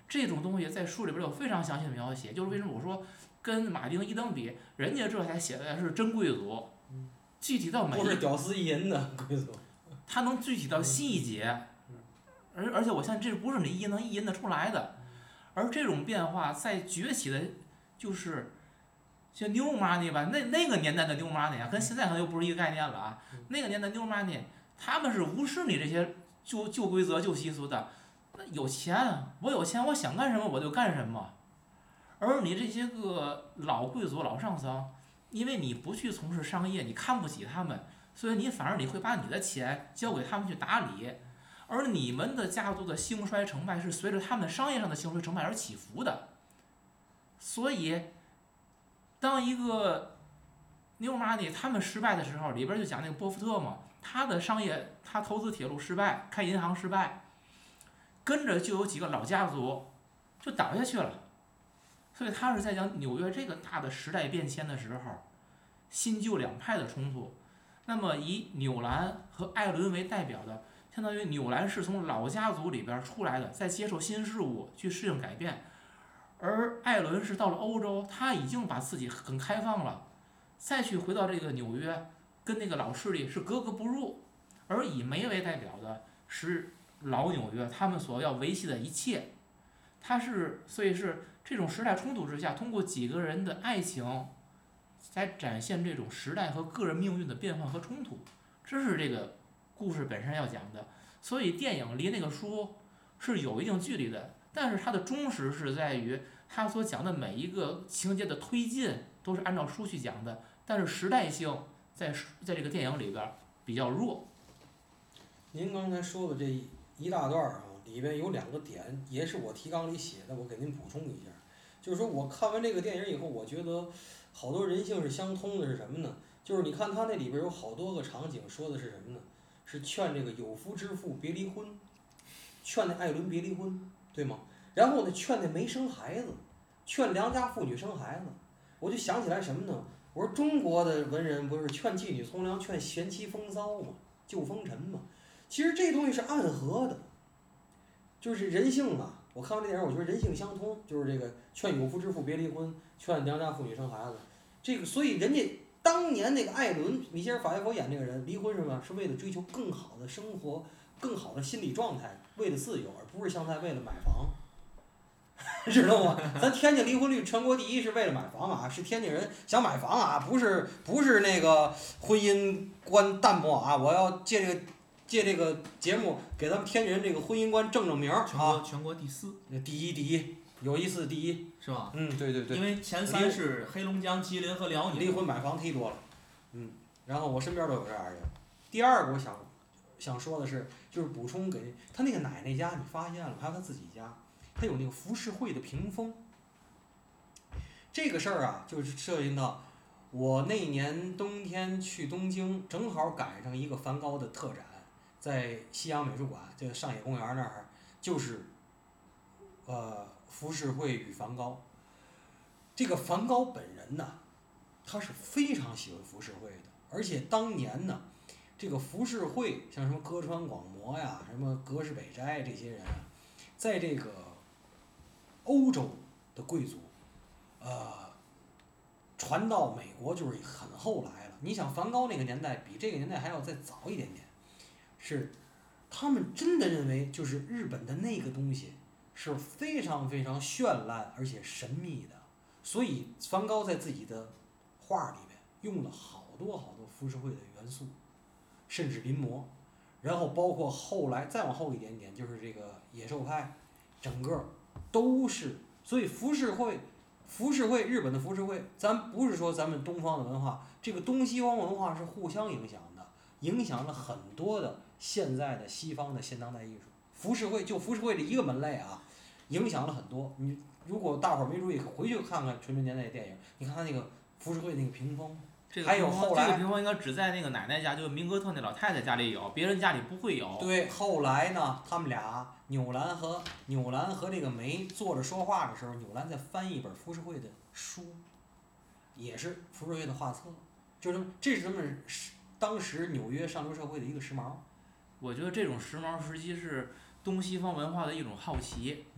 这种东西在书里边有非常详细的描写，就是为什么我说跟马丁一等比，人家这才写的是真贵族，具体到每一不是屌丝意淫的贵族， 他能具体到细节，而而且我相信这不是你一能意淫得出来的，而这种变化在崛起的，就是像 New Money 吧，那那个年代的 New Money 啊，跟现在可能又不是一个概念了啊。那个年代 New Money， 他们是无视你这些旧旧规则、旧习俗的。那有钱，我有钱，我想干什么我就干什么。而你这些个老贵族、老上层，因为你不去从事商业，你看不起他们，所以你反而你会把你的钱交给他们去打理。而你们的家族的兴衰成败是随着他们商业上的兴衰成败而起伏的。所以，当一个 New Money 他们失败的时候，里边就讲那个波福特嘛，他的商业他投资铁路失败，开银行失败，跟着就有几个老家族就倒下去了。所以他是在讲纽约这个大的时代变迁的时候，新旧两派的冲突。那么以纽兰和艾伦为代表的，相当于纽兰是从老家族里边出来的，在接受新事物去适应改变，而艾伦是到了欧洲，他已经把自己很开放了，再去回到这个纽约，跟那个老势力是格格不入。而以梅为代表的是老纽约，他们所要维系的一切，他是所以是这种时代冲突之下，通过几个人的爱情，来展现这种时代和个人命运的变换和冲突，这是这个故事本身要讲的。所以电影离那个书是有一定距离的，但是它的忠实是在于它所讲的每一个情节的推进都是按照书去讲的，但是时代性在在这个电影里边比较弱。 您刚才说的这一大段啊，里边有两个点，也是我提纲里写的，我给您补充一下。就是说我看完这个电影以后，我觉得好多人性是相通的，是什么呢？就是你看他那里边有好多个场景，说的是什么呢？是劝这个有夫之妇别离婚，劝那艾伦别离婚，对吗？然后呢，劝那没生孩子，劝良家妇女生孩子。我就想起来什么呢？我说中国的文人不是劝妓女从良，劝贤妻风骚嘛，救风尘嘛。其实这东西是暗合的，就是人性啊。我看完这电影，我觉得人性相通，就是这个劝有夫之妇别离婚，劝良家妇女生孩子。这个，所以人家当年那个艾伦，米歇尔·法耶佛演这个人，离婚是吧？是为了追求更好的生活、更好的心理状态，为了自由，而不是现在为了买房，知道吗？咱天津离婚率全国第一，是为了买房啊，是天津人想买房啊，不是不是那个婚姻观淡漠啊，我要借这个。借这个节目给咱们天津人这个婚姻观正正名儿啊！ 全国第四， 第一第一，有一次第一是吧？ 嗯，对对对。 因为前三是黑龙江、吉林和辽宁。 离婚买房忒多了，嗯，然后我身边都有这样的人。第二个我想想说的是，就是补充给他那个奶奶家，你发现了吗？还有他自己家，他有那个浮世绘的屏风。这个事儿啊，就是涉及到我那年冬天去东京，正好赶上一个梵高的特展。在西洋美术馆，就上野公园那儿，就是呃浮世绘与梵高。这个梵高本人呢，他是非常喜欢浮世绘的，而且当年呢，这个浮世绘像什么歌川广模呀、什么葛饰北斋这些人啊，在这个欧洲的贵族，呃，传到美国就是很后来了。你想梵高那个年代比这个年代还要再早一点点。是，他们真的认为就是日本的那个东西是非常非常绚烂而且神秘的，所以梵高在自己的画里面用了好多好多浮世绘的元素，甚至临摹，然后包括后来再往后一点点，就是这个野兽派，整个都是，所以浮世绘，浮世绘日本的浮世绘，咱不是说咱们东方的文化，这个东西方文化是互相影响的，影响了很多的。现在的西方的现当代艺术，浮世绘就浮世绘这一个门类啊，影响了很多。你如果大伙儿没注意，回去看看纯真年代的电影，你看他那个浮世绘那个屏风， 这个还有后来这个屏风应该只在那个奶奶家，就是明格特那老太太家里有，别人家里不会有。 对，后来呢，他们俩纽兰和纽兰和这个梅坐着说话的时候，纽兰在翻一本浮世绘的书，也是浮世绘的画册，就是这是他们当时纽约上流社会的一个时髦。 我觉得这种时髦时期是东西方文化的一种好奇，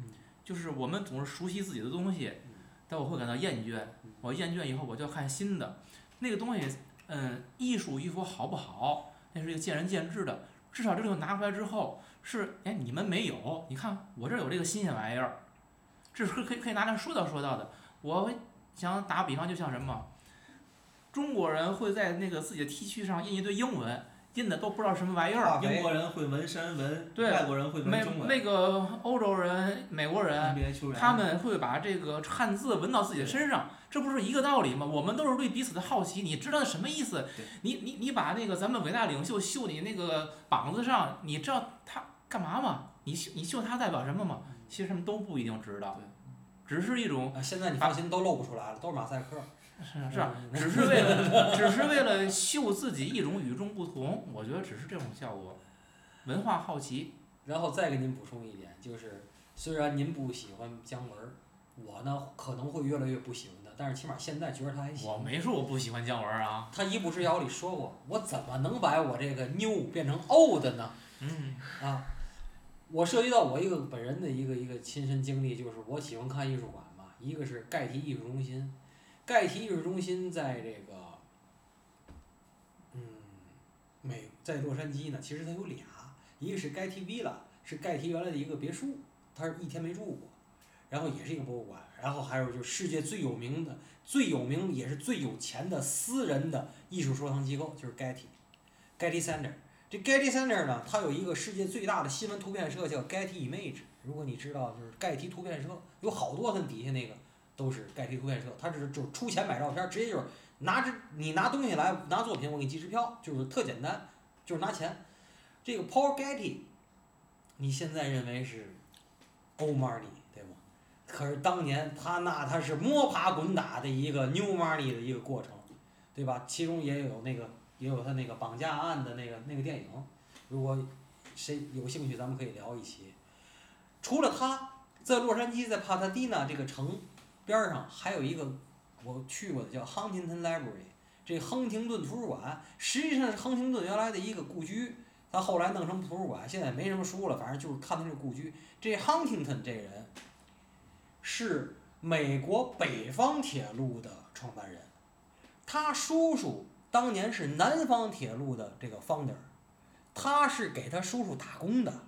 就是我们总是熟悉自己的东西，但我会感到厌倦。我厌倦以后，我就要看新的。那个东西，嗯，艺术与否好不好，那是一个见仁见智的。至少这个拿出来之后，是哎你们没有，你看我这儿有这个新鲜玩意儿，这是可以可以拿来说道说道的。我想打比方，就像什么，中国人会在那个自己的 T 恤上印一堆英文。印的都不知道什么玩意儿。 英国人会纹身纹， 对， 外国人会纹中文。 那个欧洲人、美国人，他们会把这个汉字纹到自己的身上，这不是一个道理吗？我们都是对彼此的好奇，你知道什么意思？你你你把那个咱们伟大领袖绣你那个膀子上，你知道他干嘛吗？你绣你绣他代表什么吗？其实他们都不一定知道，只是一种。 啊，现在你放心，都露不出来了，都是马赛克。 是啊是啊，只是为了只是为了秀自己一种与众不同，我觉得只是这种效果，文化好奇。 然后再给您补充一点，就是虽然您不喜欢姜文，我呢可能会越来越不喜欢他，但是起码现在觉得他还行。 我没说我不喜欢姜文啊。 他《一步之遥》里说过，我怎么能把我这个 new 变成 old 呢？ 嗯。 啊，我涉及到我一个本人的一个一个亲身经历，就是我喜欢看艺术馆嘛，一个是盖提艺术中心。盖提艺术中心在这个，嗯，美在洛杉矶呢，其实它有俩，一个是盖提 Villa， 是盖提原来的一个别墅，他是一天没住过，然后也是一个博物馆，然后还有就是世界最有名的、最有名也是最有钱的私人的艺术收藏机构，就是盖提，盖提 Center。这 Getty Center 呢，它有一个世界最大的新闻图片社叫 Getty Image， 如果你知道，就是盖提图片社，有好多它底下那个。都是盖提图片社，他只是就是出钱买照片，直接就是拿着你拿东西来拿作品，我给你寄支票，就是特简单，就是拿钱。这个 Paul Getty， 你现在认为是 old money 对吗？可是当年他那他是摸爬滚打的一个 new money 的一个过程，对吧？其中也有那个也有他那个绑架案的那个那个电影，如果谁有兴趣，咱们可以聊一期。除了他，在洛杉矶，在帕萨迪纳这个城。边上还有一个我去过的叫 Huntington Library， 这亨廷顿图书馆实际上是亨廷顿原来的一个故居，他后来弄成图书馆，现在没什么书了，反正就是看他这个故居。这 Huntington 这人是美国北方铁路的创办人，他叔叔当年是南方铁路的这个 founder， 他是给他叔叔打工的，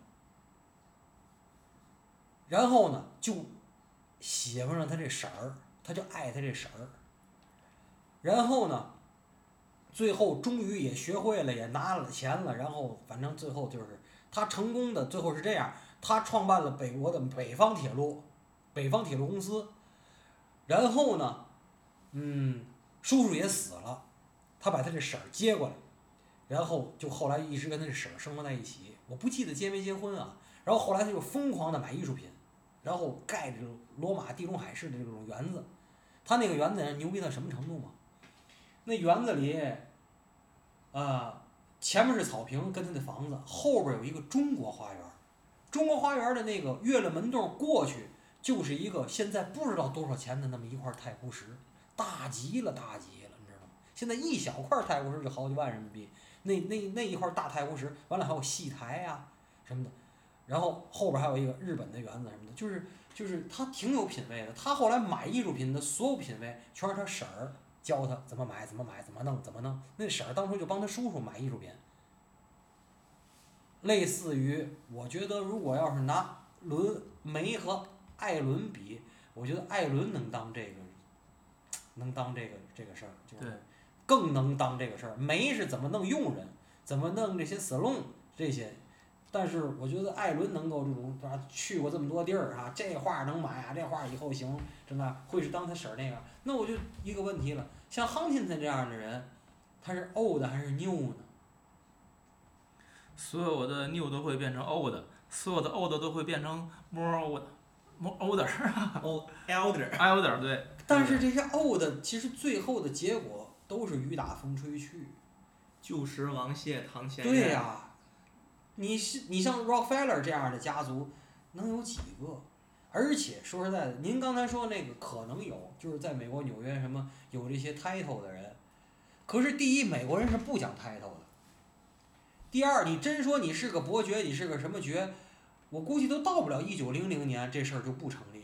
然后呢就喜欢上他这婶儿，他就爱他这婶儿。然后呢，最后终于也学会了，也拿了钱了。然后反正最后就是他成功的，最后是这样，他创办了北国的北方铁路，北方铁路公司。然后呢，嗯，叔叔也死了，他把他这婶儿接过来，然后就后来一直跟他这婶儿生活在一起。我不记得结没结婚啊。然后后来他就疯狂的买艺术品。然后盖这种罗马地中海式的这种园子，他那个园子牛逼到什么程度吗？那园子里，啊，前面是草坪跟他的房子，后边有一个中国花园，中国花园的那个越了门洞过去，就是一个现在不知道多少钱的那么一块太湖石，大极了，大极了，你知道吗？现在一小块太湖石就好几万人民币，那那那一块大太湖石，完了还有戏台呀、啊、什么的。然后后边还有一个日本的园子什么的，就是就是他挺有品位的。他后来买艺术品的所有品位，全是他婶儿教他怎么买、怎么买、怎么弄、怎么弄。那婶儿当初就帮他叔叔买艺术品。类似于，我觉得如果要是拿伦梅和艾伦比，我觉得艾伦能当这个，能当这个这个事儿，就是更能当这个事儿。梅是怎么弄佣人，怎么弄这些 salon 这些。但是我觉得艾伦能够这种啊，去过这么多地儿啊，这画能买啊，这画以后行，真的会是当他婶儿那个。那我就一个问题了，像亨廷顿这样的人，他是 old 还是 new 呢？ 所有的 new 都会变成 old， 所有的 old 都会变成 more old，more older，old elder elder 对。 但是这些 old 其实最后的结果都是雨打风吹去， 旧时王谢堂前燕。 对呀、啊。你是你像 Rockefeller 这样的家族能有几个？而且说实在的，您刚才说那个可能有，就是在美国纽约什么有这些 title 的人，可是第一，美国人是不讲 title 的；第二，你真说你是个伯爵，你是个什么爵，我估计都到不了一九零零年，这事儿就不成立。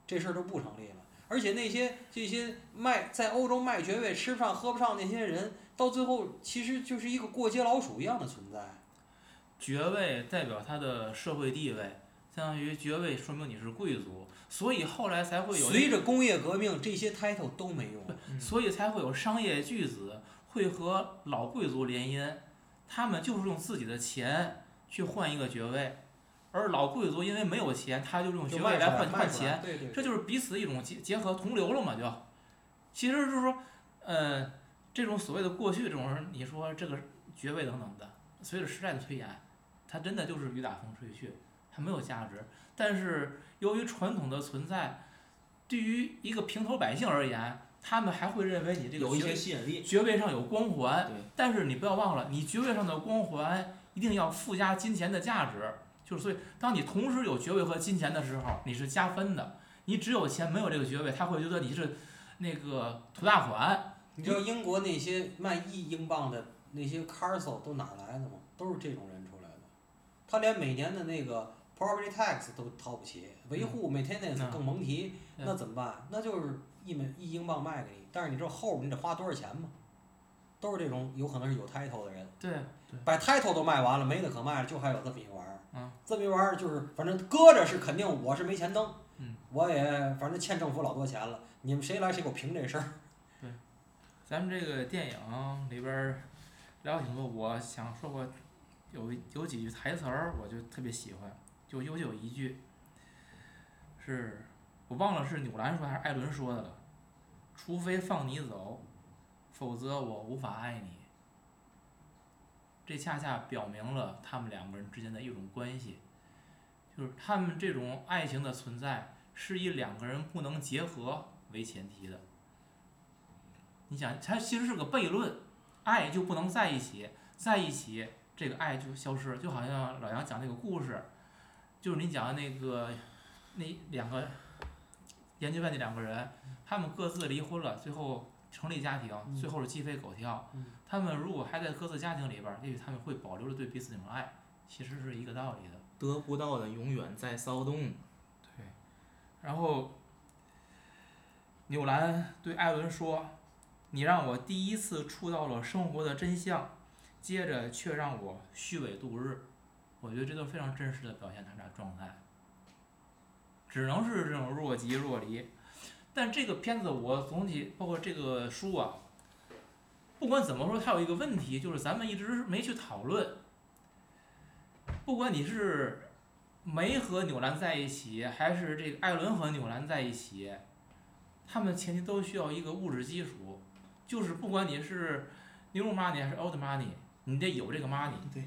这事儿就不成立了。而且那些这些卖在欧洲卖爵位吃不上喝不上那些人，到最后其实就是一个过街老鼠一样的存在。 爵位代表他的社会地位，相当于爵位说明你是贵族，所以后来才会有、那个。 随着工业革命，这些 title 都没用， 嗯所以才会有商业巨子会和老贵族联姻，他们就是用自己的钱去换一个爵位，而老贵族因为没有钱，他就用爵位来换换钱， 对对对， 这就是彼此一种结结合同流了嘛，就，其实就是说，呃，这种所谓的过去这种人，你说这个爵位等等的，随着时代的推演，它真的就是雨打风吹去，它没有价值。但是由于传统的存在，对于一个平头百姓而言，他们还会认为你这个有一爵些吸引力。 爵位上有光环对， 但是你不要忘了，你爵位上的光环一定要附加金钱的价值。就是所以，当你同时有爵位和金钱的时候，你是加分的。你只有钱没有这个爵位，他会觉得你是那个土大款。 你知道英国那些卖一英镑的那些 castle 都哪儿来的吗？都是这种人出来的。他连每年的那个 property tax 都掏不起，维护 maintenance 更甭提， 嗯那怎么办？那就是一美一英镑卖给你，但是你知道后边你得花多少钱吗？都是这种有可能是有 title 的人， 对， 把 title 都卖完了，没得可卖了，就还有这么一玩意儿。 嗯， 这么一玩意儿就是反正搁着是肯定我是没钱登， 嗯， 我也反正欠政府老多钱了，你们谁来谁给我评这事儿。 对，咱们这个电影里边儿聊挺多，我想说过有有几句台词儿，我就特别喜欢，就尤其有一句，是我忘了是纽兰说还是艾伦说的了，除非放你走，否则我无法爱你。这恰恰表明了他们两个人之间的一种关系，就是他们这种爱情的存在是以两个人不能结合为前提的。你想，它其实是个悖论，爱就不能在一起，在一起这个爱就消失，就好像老杨讲那个故事，就是你讲的那个那两个研究院那两个人，他们各自离婚了，最后成立家庭，最后是鸡飞狗跳。他们如果还在各自家庭里边儿，也许他们会保留着对彼此那种爱，其实是一个道理的。 得不到的永远在骚动。 对，然后纽兰对艾伦说：“你让我第一次触到了生活的真相，接着却让我虚伪度日。”我觉得这都非常真实的表现他俩状态，只能是这种若即若离。但这个片子我总体包括这个书啊，不管怎么说，它有一个问题，就是咱们一直没去讨论。不管你是没和纽兰在一起，还是这个艾伦和纽兰在一起，他们前提都需要一个物质基础，就是不管你是 new money 还是 old money， 你得有这个 money。 对。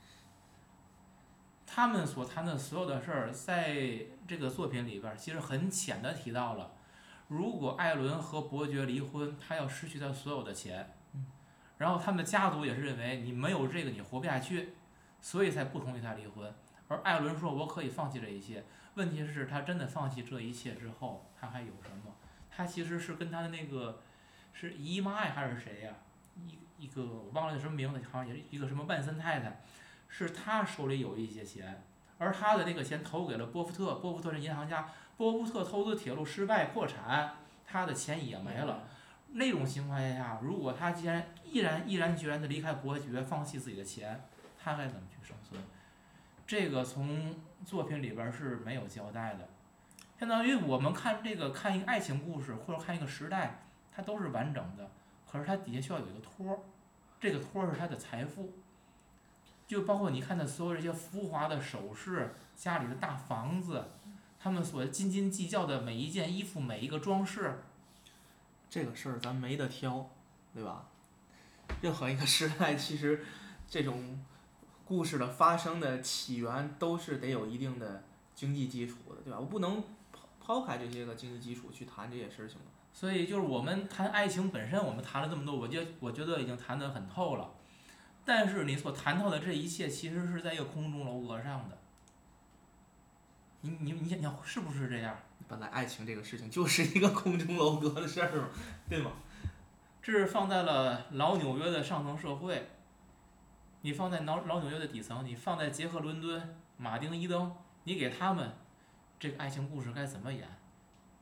他们所谈的所有的事儿，在这个作品里边，其实很浅的提到了，如果艾伦和伯爵离婚，他要失去他所有的钱。然后他们家族也是认为你没有这个你活不下去，所以才不同意他离婚。而艾伦说我可以放弃这一切，问题是他真的放弃这一切之后，他还有什么？他其实是跟他的那个是姨妈呀还是谁呀？一一个我忘了叫什么名字，好像也是一个什么万森太太，是他手里有一些钱，而他的那个钱投给了波福特，波福特是银行家，波福特投资铁路失败破产，他的钱也没了。那种情况下，如果他既然毅然毅然决然的离开伯爵，放弃自己的钱，他该怎么去生存？这个从作品里边是没有交代的。相当于我们看这个看一个爱情故事或者看一个时代，它都是完整的，可是它底下需要有一个托儿，这个托儿是他的财富。就包括你看的所有这些浮华的首饰，家里的大房子，他们所斤斤计较的每一件衣服，每一个装饰。 这个事儿咱没得挑，对吧？任何一个时代，其实这种故事的发生的起源都是得有一定的经济基础的，对吧？我不能抛抛开这些个经济基础去谈这些事情。 所以就是我们谈爱情本身，我们谈了这么多，我觉得我觉得已经谈得很透了。但是你所谈到的这一切，其实是在一个空中楼阁上的。你你你想，是不是这样？ 本来爱情这个事情就是一个空中楼阁的事儿嘛，对吗？ 这是放在了老纽约的上层社会，你放在老老纽约的底层，你放在杰克伦敦、马丁伊登，你给他们这个爱情故事该怎么演？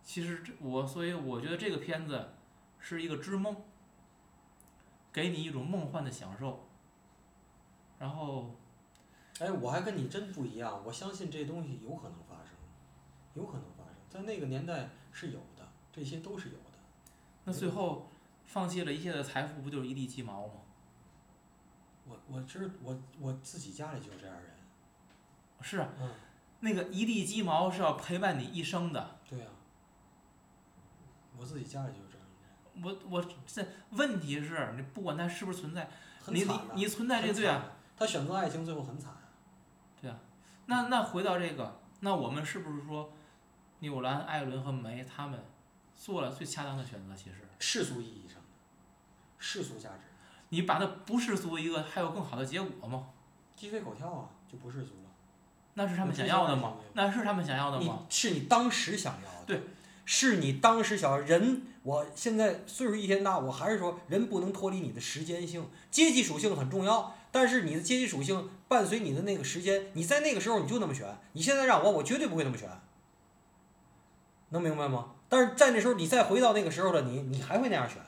其实这我所以我觉得这个片子是一个织梦，给你一种梦幻的享受。然后， 哎，我还跟你真不一样，我相信这东西有可能发生，有可能发生，在那个年代是有的，这些都是有的。 那最后放弃了一切的财富，不就是一地鸡毛吗？ 我我知我我自己家里就是这样人。 是啊， 嗯， 那个一地鸡毛是要陪伴你一生的。 对呀、我自己家里就是这样人。 我我这问题是你不管它是不是存在，你你很惨的你存在这个对啊， 很惨的他选择爱情最后很惨。 那那回到这个，那我们是不是说，纽兰、艾伦和梅他们做了最恰当的选择？其实世俗意义上的，世俗价值， 你把它不世俗一个，还有更好的结果吗？ 鸡飞狗跳啊，就不世俗了。 那是他们想要的吗有这些？ 那是他们想要的你吗？ 是你当时想要的， 对， 是你当时想要人。我现在岁数一天大，我还是说人不能脱离你的时间性，阶级属性很重要，但是你的阶级属性伴随你的那个时间，你在那个时候你就那么选，你现在让我，我绝对不会那么选，能明白吗？但是在那时候你再回到那个时候的你，你还会那样选，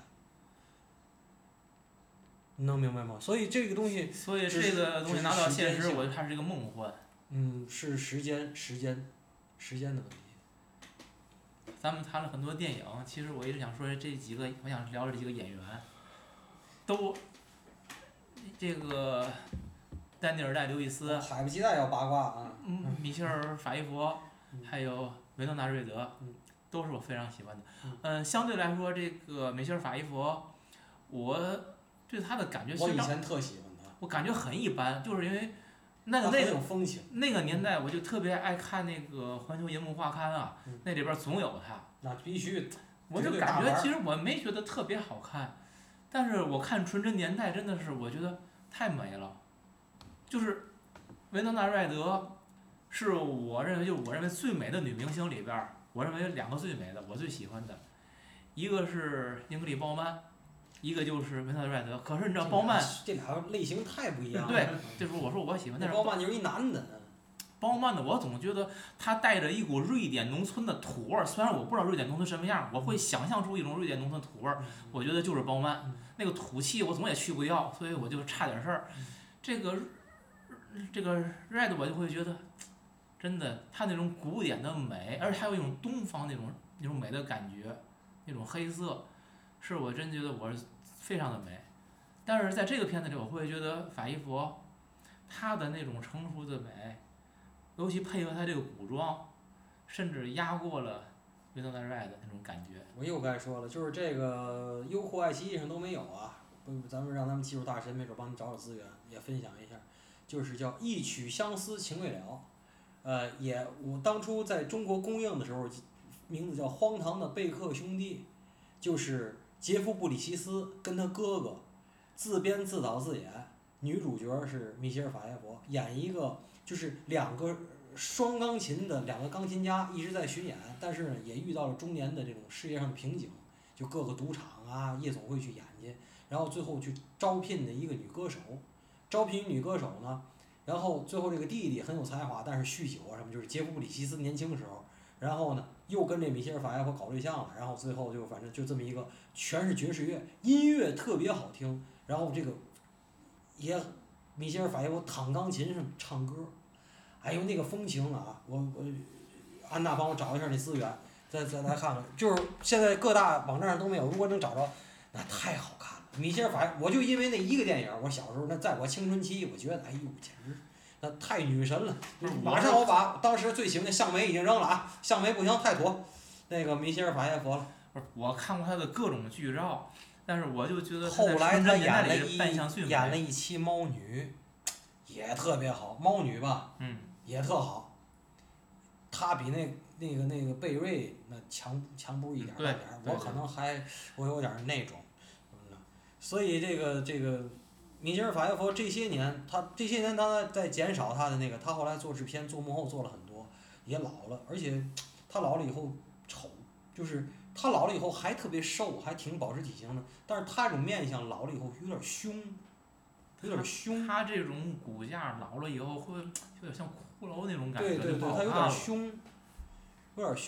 你能明白吗？所以这个东西， 所以只是这个东西拿到现实， 只是时间性我觉得它是一个梦幻。 嗯，是时间时间时间的问题。 咱们谈了很多电影，其实我一直想说这几个，我想聊这几个演员，都这个丹尼尔戴刘易斯， 迫不及待要八卦啊！ 嗯，米歇尔·法伊佛， 嗯还有维诺纳·瑞德嗯， 都是我非常喜欢的。 嗯嗯，相对来说，这个米歇尔·法伊佛，我对他的感觉是让我以前特喜欢他， 我感觉很一般，就是因为那个他很那个有风情。 那个年代，我就特别爱看那个《环球银幕画刊》啊嗯， 那里边总有他。 那必须， 我就绝对大腕儿感觉其实我没觉得特别好看，但是我看《纯真年代》真的是我觉得太美了，就是维诺纳·瑞德是我认为就我认为最美的女明星里边儿，我认为两个最美的，我最喜欢的，一个是英格丽·褒曼，一个就是维诺纳·瑞德。可是你知道褒曼， 这俩类型太不一样了。 对，就是我说我喜欢，但是那包曼就是一男的。 褒曼的我总觉得他带着一股瑞典农村的土味儿，虽然我不知道瑞典农村什么样，我会想象出一种瑞典农村土味儿，我觉得就是褒曼嗯那个土气，我总也去不掉，所以我就差点事儿。这个这个 Red 我就会觉得，真的他那种古典的美，而且还有一种东方那种那种美的感觉，那种黑色，是我真觉得我是非常的美。但是在这个片子里，我会觉得法伊佛他的那种成熟的美。尤其配合他这个古装，甚至压过了维诺纳·瑞德那种感觉。 我又该说了，就是这个优酷、爱奇艺上都没有啊。不，咱们让咱们技术大神没准帮你找找资源，也分享一下。就是叫《一曲相思情未了》，呃，也我当初在中国公映的时候，名字叫《荒唐的贝克兄弟》，就是杰夫·布里奇斯跟他哥哥自编自导自演，女主角是米歇尔·法耶佛，演一个。就是两个双钢琴的两个钢琴家一直在巡演，但是呢也遇到了中年的这种事业上的瓶颈，就各个赌场啊、夜总会去演去，然后最后去招聘的一个女歌手，招聘女歌手呢，然后最后这个弟弟很有才华，但是酗酒啊什么，就是杰夫·布里奇斯年轻的时候，然后呢又跟这米歇尔·法耶佛搞对象了，然后最后就反正就这么一个全是爵士乐，音乐特别好听，然后这个也。米歇尔·法耶佛躺钢琴上唱歌，哎呦那个风情啊！我我安娜帮我找一下那资源，再再来看看，就是现在各大网站上都没有，如果能找着，那太好看了。米歇尔·法耶，我就因为那一个电影，我小时候那在我青春期，我觉得哎呦简直那太女神了。马上我把当时最喜欢的向梅已经扔了啊，向梅不行太土，那个米歇尔·法耶佛了。 不是，我看过他的各种剧照。但是我就觉得后来他演了一扮相最美演了一期猫女，也特别好，猫女吧， 嗯， 也特好。他比那那个那个贝瑞那强强不一点半点儿，我可能还我有点那种，嗯，所以这个这个米歇尔·法耶佛这些年，他这些年他在减少他的那个，他后来做制片做幕后做了很多，也老了，而且他老了以后丑，就是。他老了以后还特别瘦，还挺保持体型的，但是他这种面相老了以后有点凶，有点凶。 他这种骨架老了以后会有点像骷髅那种感觉， 对对对，他有点凶，有点凶。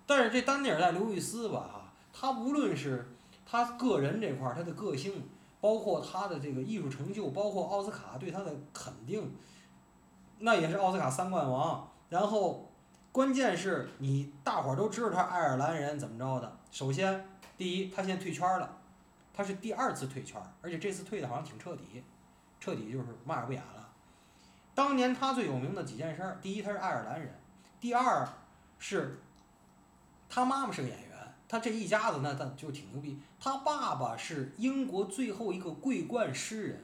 但是这丹尼尔戴刘易斯吧哈，他无论是他个人这块儿他的个性，包括他的这个艺术成就，包括奥斯卡对他的肯定，那也是奥斯卡三冠王。然后关键是你大伙儿都知道他爱尔兰人怎么着的。首先，第一，他现在退圈了，他是第二次退圈，而且这次退的好像挺彻底，彻底就是嘛也不演了。当年他最有名的几件事儿，第一他是爱尔兰人，第二是他妈妈是个演员，他这一家子那那就挺牛逼。他爸爸是英国最后一个桂冠诗人，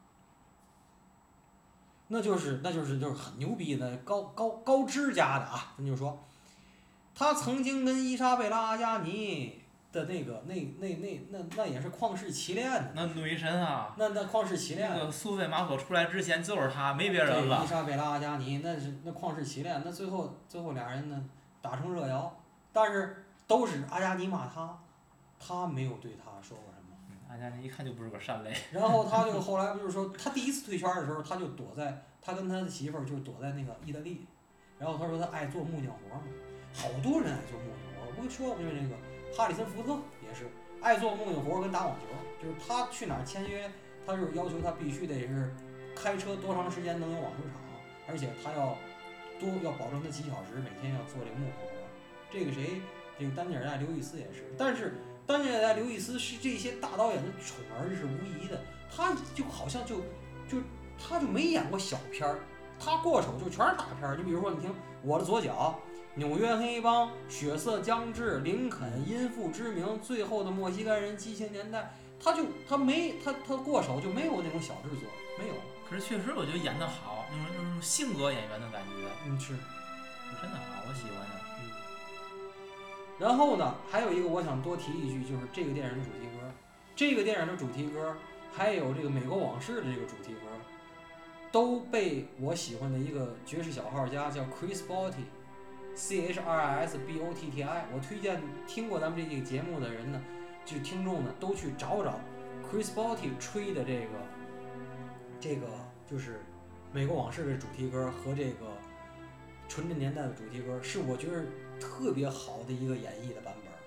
那就是那就是就是很牛逼的高高高知家的啊，咱就说，他曾经跟伊莎贝拉阿加尼的那个那那那那那也是旷世奇恋呢。 那女神啊， 那那旷世奇恋。 那个苏菲玛索出来之前就是他，没别人了。 伊莎贝拉阿加尼那是那旷世奇恋，那最后最后俩人呢打成热窑，但是都是阿加尼骂他，他没有对他说过什么。 阿加尼一看就不是个善类。 然后他就后来不就是说，他第一次退圈的时候，他就躲在他跟他的媳妇儿就躲在那个意大利，然后他说他爱做木匠活嘛，好多人爱做木匠活，我不跟你说过，就是那个哈里森福特也是爱做木匠活跟打网球，就是他去哪儿签约，他就是要求他必须得是开车多长时间能有网球场，而且他要多要保证他几小时每天要做这个木活。这个谁，这个丹尼尔戴刘易斯也是，但是丹尼尔戴刘易斯是这些大导演的宠儿是无疑的，他就好像就就他就没演过小片儿，他过手就全是大片儿。你比如说，你听《我的左脚》、《纽约黑帮》、《血色将至》、《林肯》、《因父之名》、《最后的墨西哥人》、《激情年代》，他就他没他他过手就没有那种小制作，没有。 可是确实我觉得演得好，那种那种性格演员的感觉， 嗯，是真的好，我喜欢的。 然后呢，还有一个我想多提一句，就是这个电影的主题歌，这个电影的主题歌，还有这个《美国往事》的这个主题歌，都被我喜欢的一个爵士小号家叫 Chris Botti，C H R I S B O T T I。我推荐听过咱们这个节目的人呢，就听众呢，都去找找 Chris Botti 吹的这个这个就是《美国往事》的主题歌和这个《纯真年代》的主题歌，是我觉得特别好的一个演绎的版本。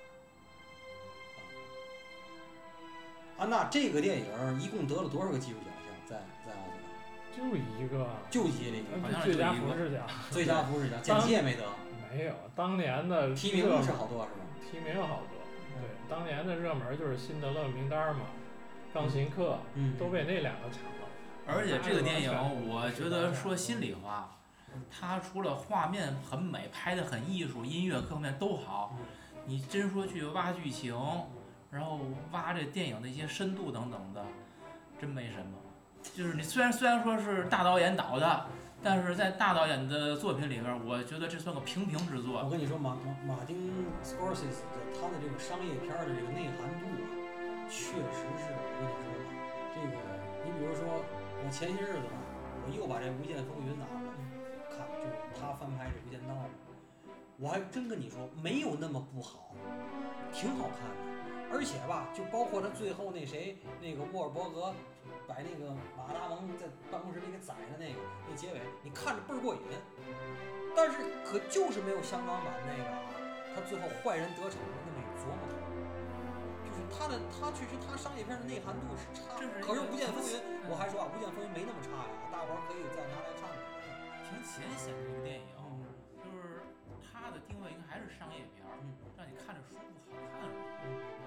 啊，那这个电影一共得了多少个技术奖项？在在奥斯卡？ 就一个， 就一个， 好像最佳服饰奖， 最佳服饰奖，剪辑也没得。 没有，当年的提名是好多是吧？ 提名好多，对，当年的热门就是辛德勒名单嘛，钢琴课， 嗯， 都被那两个抢了。 而且这个电影，我觉得说心里话。它除了画面很美，拍得很艺术，音乐各方面都好，你真说去挖剧情，然后挖这电影的一些深度等等的，真没什么。就是你虽然虽然说是大导演导的，但是在大导演的作品里边，我觉得这算个平平之作。 我跟你说，马马马丁 Scorsese 他的这个商业片的这个内涵度啊，确实是我跟你说吧，这个你比如说我前些日子吧，我又把这《无间风云》拿过来。看，就是他翻拍这《无间道》，我还真跟你说，没有那么不好，挺好看的。而且吧，就包括他最后那谁，那个沃尔伯格把那个马达蒙在办公室里给宰了那个，那结尾你看着倍儿过瘾。但是可就是没有香港版那个啊，他最后坏人得逞的那么琢磨头。就是他的，他确实他商业片的内涵度是差，可是《无间风云》，我还说啊，《无间风云》没那么差呀，大伙儿可以再拿来看看。 挺浅显的一个电影，就是它的定位应该还是商业片，让你看着舒服好看。